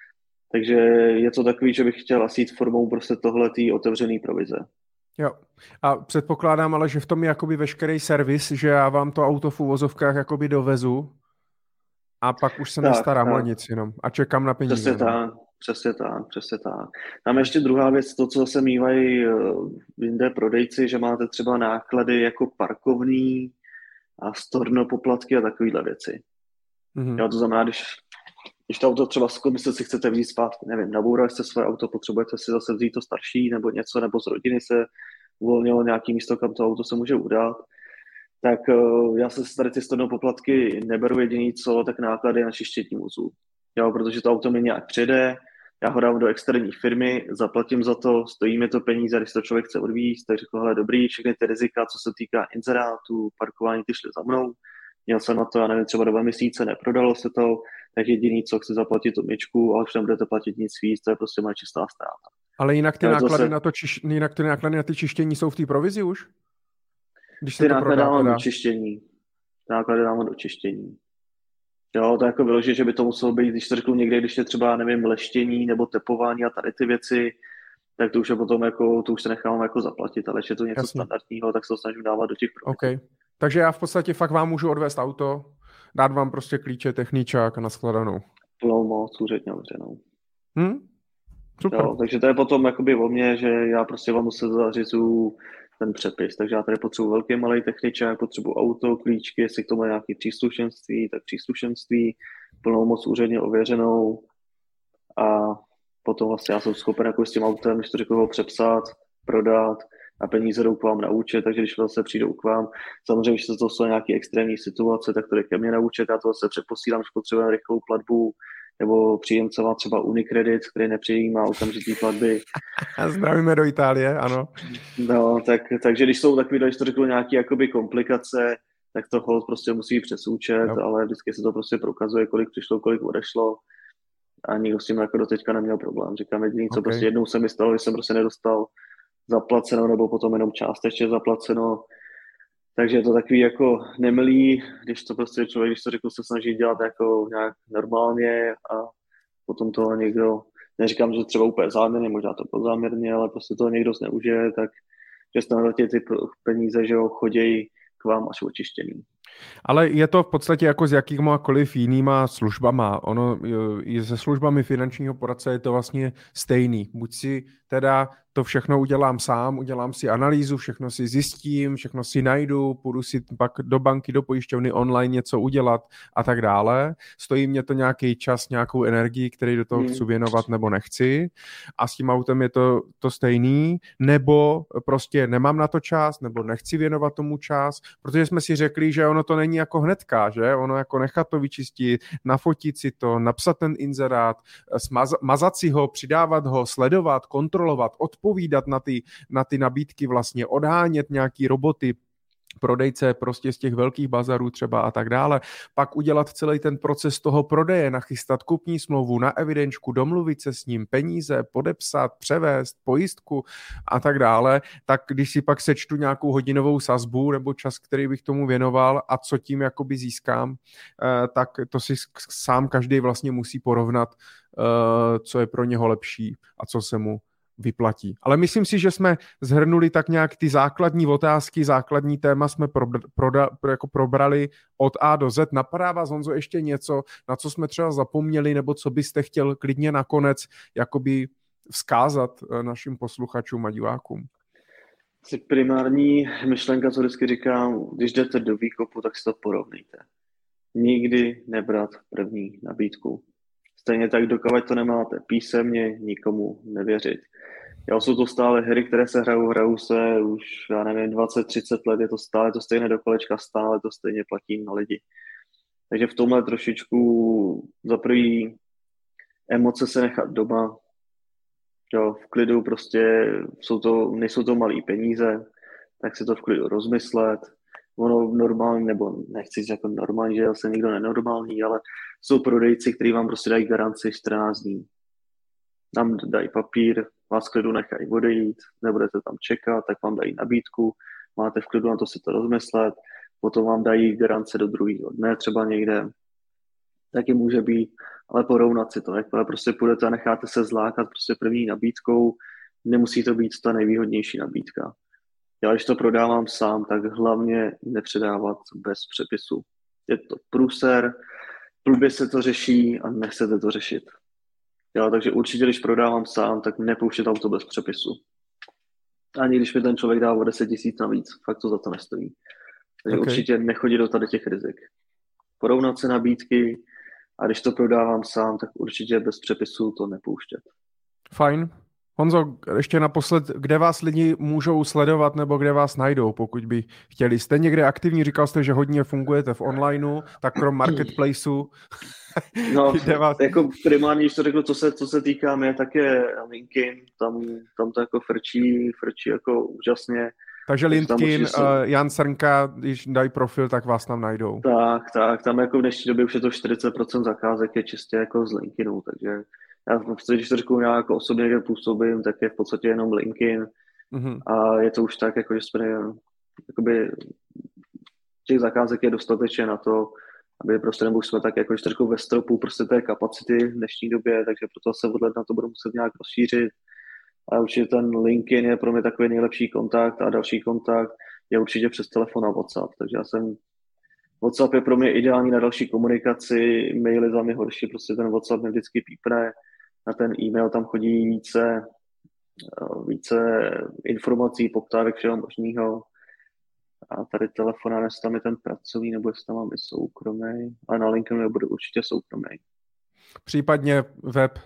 Takže je to takový, že bych chtěl asi jít formou prostě tohletý otevřený provize. Jo. A předpokládám ale, že v tom je jakoby veškerý servis, že já vám to auto v uvozovkách jakoby dovezu a pak už se nestarám o Tak, nic jenom a čekám na peníze. přesně No. tak, přesně tak. Tam ještě druhá věc, to, co se mývají jinde prodejci, že máte třeba náklady jako parkovný a storno poplatky a takovýhle věci. Mhm. Jo, to znamená, když to auto třeba z komise si chcete vzít zpátky, nevím, nabourali jste své auto, potřebujete si zase vzít to starší nebo něco, nebo z rodiny se uvolnilo nějaký místo, kam to auto se může udat, tak já se tady ty storno poplatky neberu jediný co, tak náklady na čištění vozů. Jo, protože to auto mi nějak přijede, já ho dám do externí firmy, zaplatím za to, stojí mi to peníze, když to člověk chce odvízt, tak řekl, hele, dobrý, všechny ty rizika, co se týká inzerátů, parkování, ty šly za mnou, měl jsem na to, já nevím, třeba 2 měsíce, neprodalo se to, tak jediný, co chci zaplatit tu myčku, ale už nebudete platit nic víc, to je prostě moje čistá ztráta. Ale jinak ty Ale náklady zase, na to jinak ty náklady na ty čištění jsou v té provizi už? Když se ty to náklady prodá dávám teda. do čištění. Náklady dávám do čištění. Jo, to jako vyložit, že by to muselo být, když to řeknu někde, když je třeba, nevím, leštění nebo tepování a tady ty věci, tak to už je potom jako, to už se nechám jako zaplatit, ale když je to něco Jasně. standardního, tak se to snažím dávat do těch provizí. OK. Takže já v podstatě fakt vám můžu odvést auto, dát vám prostě klíče, techničák a naskladanou. Plnou moc, úředně otevřenou. Super. Jo, takže to je potom jakoby o mně, že já prostě vám se zařizuju ten přepis. Takže já tady potřebuji velký, malý techničák, potřebuji auto, klíčky, jestli k tomu je nějaké příslušenství, tak příslušenství, plnou moc úředně ověřenou a potom vlastně já jsem schopen jako s tím autem, když to řeknu, ho přepsat, prodat a peníze jdou k vám na účet, takže když zase přijdou k vám, samozřejmě, když to jsou nějaké extrémní situace, tak to jde ke mně na účet, já to zase přeposílám, když potřebujeme rychlou platbu, nebo příjemce má třeba Unicredit, který nepřijímá okamžitý platby. Zdravíme do Itálie, ano. No, takže když jsou takový, když to řeknu, nějaké jakoby komplikace, tak to hold prostě musí přes účet, Jo. ale vždycky se to prostě prokazuje, kolik přišlo, kolik odešlo a nikdo s tím jako doteďka neměl problém. Říkám, jediný, co prostě jednou se mi stalo, že jsem prostě nedostal zaplaceno, nebo potom jenom částečně zaplaceno. Takže je to takový jako nemilý, když to prostě člověk, když to řekl, se snaží dělat jako nějak normálně a potom to někdo, neříkám, že třeba úplně záměrně, možná to podzáměrně, ale prostě to někdo zneužije, tak že standardně ty peníze, že jo, chodějí k vám až očištěný. Ale je to v podstatě jako s jakýmkoliv jinýma službama. Ono i se službami finančního poradce je to vlastně stejný. Buď si teda to všechno udělám sám, udělám si analýzu, všechno si zjistím, všechno si najdu, půjdu si pak do banky, do pojišťovny online něco udělat a tak dále. Stojí mě to nějaký čas, nějakou energii, který do toho chci věnovat nebo nechci. A s tím autem je to stejný, nebo prostě nemám na to čas, nebo nechci věnovat tomu čas, protože jsme si řekli, že ono to není jako hnedka, že? Ono jako nechat to vyčistit, nafotit si to, napsat ten inzerát, mazat si ho, přidávat ho, sledovat, kontrolovat, odpovídat na ty nabídky vlastně, odhánět nějaký roboty, prodejce prostě z těch velkých bazarů třeba a tak dále, pak udělat celý ten proces toho prodeje, nachystat kupní smlouvu na evidenčku, domluvit se s ním, peníze, podepsat, převést, pojistku a tak dále, tak když si pak sečtu nějakou hodinovou sazbu nebo čas, který bych tomu věnoval a co tím jakoby získám, tak to si sám každý vlastně musí porovnat, co je pro něho lepší a co se mu vyplatí. Ale myslím si, že jsme zhrnuli tak nějak ty základní otázky, základní téma jsme jako probrali od A do Z. Napadá vás, Honzo, ještě něco, na co jsme třeba zapomněli, nebo co byste chtěl klidně nakonec jakoby vzkázat našim posluchačům a divákům? Primární myšlenka, co vždycky říkám, když jdete do výkopu, tak si to porovnejte. Nikdy nebrat první nabídku. Stejně tak, dokud to nemáte písemně, nikomu nevěřit. Jo, jsou to stále hry, které se hrajou se už, já nevím, 20-30 let, je to stále to stejné do kolečka, stále to stejně platí na lidi. Takže v tomhle trošičku za první emoce se nechat doma, jo, v klidu prostě, nejsou to malý peníze, tak si to v klidu rozmyslet. Ono normální, nebo nechci říct jako normální, že je zase nikdo nenormální, ale jsou prodejci, kteří vám prostě dají garanci 14 dní. Nám dají papír, vás v klidu nechají odejít, nebudete tam čekat, tak vám dají nabídku, máte v klidu na to si to rozmyslet, potom vám dají garance do druhého dne třeba někde, taky může být, ale porovnat si to. Jakmile prostě půjdete a necháte se zlákat prostě první nabídkou, nemusí to být ta nejvýhodnější nabídka. Já když to prodávám sám, tak hlavně nepředávat bez přepisu. Je to průser, blbě se to řeší a nechcete to řešit. Jo, takže určitě, když prodávám sám, tak nepouštět auto bez přepisu. Ani když mi ten člověk dá o 10 000 navíc, fakt to za to nestojí. Takže určitě nechodit do tady těch rizik. Porovnat si nabídky a když to prodávám sám, tak určitě bez přepisu to nepouštět. Fajn. Honzo, ještě naposled, kde vás lidi můžou sledovat nebo kde vás najdou, pokud by chtěli? Jste někde aktivní, říkal jste, že hodně fungujete v onlineu, tak krom marketplaceu. No, jako primárně, když to řeknu, co se týká mě, tak je LinkedIn, tam to jako frčí jako úžasně. Takže LinkedIn, Jan Srnka, když dají profil, tak vás tam najdou. Tak, tam jako v dnešní době už je to 40% zakázek je čistě jako z LinkedInu, takže já v podstatě, když to řeknu nějak jako osobně, kde působím, tak je v podstatě jenom LinkedIn a je to už tak, jako že jsme jakoby těch zakázek je dostatečně na to, aby prostě nebo už jsme tak jako když to řeknu ve stropu prostě té kapacity v dnešní době, takže proto se od ledna to budu muset nějak rozšířit. A určitě ten LinkedIn je pro mě takový nejlepší kontakt a další kontakt je určitě přes telefon a WhatsApp. Takže WhatsApp je pro mě ideální na další komunikaci, maily za mě horší, prostě ten WhatsApp mě vždycky pípne, na ten e-mail tam chodí více informací, poptávek všeho možného. A tady telefon, jestli tam je ten pracovní, nebo jestli tam mám i soukromý, ale na LinkedInu bude určitě soukromý. Případně web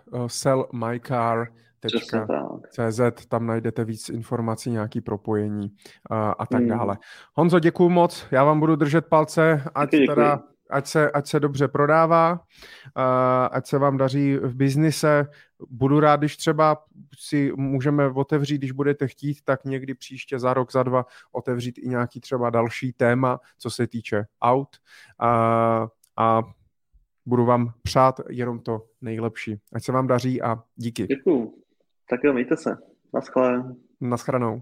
sellmycar.cz, tam najdete víc informací, nějaké propojení a tak dále. Honzo, děkuju moc, já vám budu držet palce, ať se dobře prodává, ať se vám daří v biznise. Budu rád, když třeba si můžeme otevřít, když budete chtít, tak někdy příště za rok, za dva otevřít i nějaký třeba další téma, co se týče aut. A budu vám přát jenom to nejlepší. Ať se vám daří a díky. Děkuju. Tak jo, mějte se. Naschranou.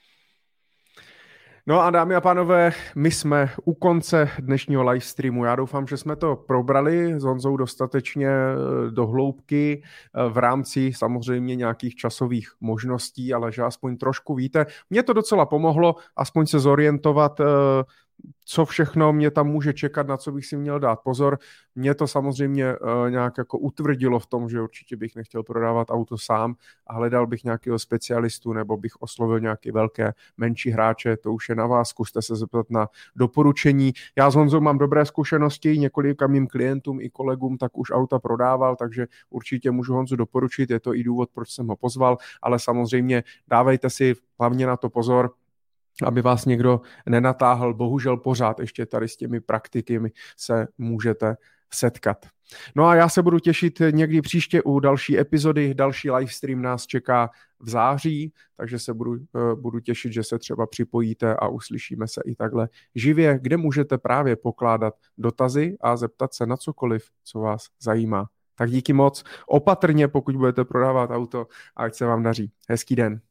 No a dámy a pánové, my jsme u konce dnešního livestreamu. Já doufám, že jsme to probrali s Honzou dostatečně do hloubky v rámci samozřejmě nějakých časových možností, ale že aspoň trošku víte. Mně to docela pomohlo, aspoň se zorientovat, co všechno mě tam může čekat, na co bych si měl dát pozor. Mě to samozřejmě nějak jako utvrdilo v tom, že určitě bych nechtěl prodávat auto sám a hledal bych nějakého specialistu nebo bych oslovil nějaké velké, menší hráče, to už je na vás, zkuste se zeptat na doporučení. Já s Honzou mám dobré zkušenosti, několika mým klientům i kolegům tak už auta prodával, takže určitě můžu Honzu doporučit, je to i důvod, proč jsem ho pozval, ale samozřejmě dávejte si hlavně na to pozor, aby vás někdo nenatáhl. Bohužel pořád ještě tady s těmi praktikami se můžete setkat. No a já se budu těšit někdy příště u další epizody. Další livestream nás čeká v září, takže se budu těšit, že se třeba připojíte a uslyšíme se i takhle živě, kde můžete právě pokládat dotazy a zeptat se na cokoliv, co vás zajímá. Tak díky moc. Opatrně, pokud budete prodávat auto, a ať se vám daří. Hezký den.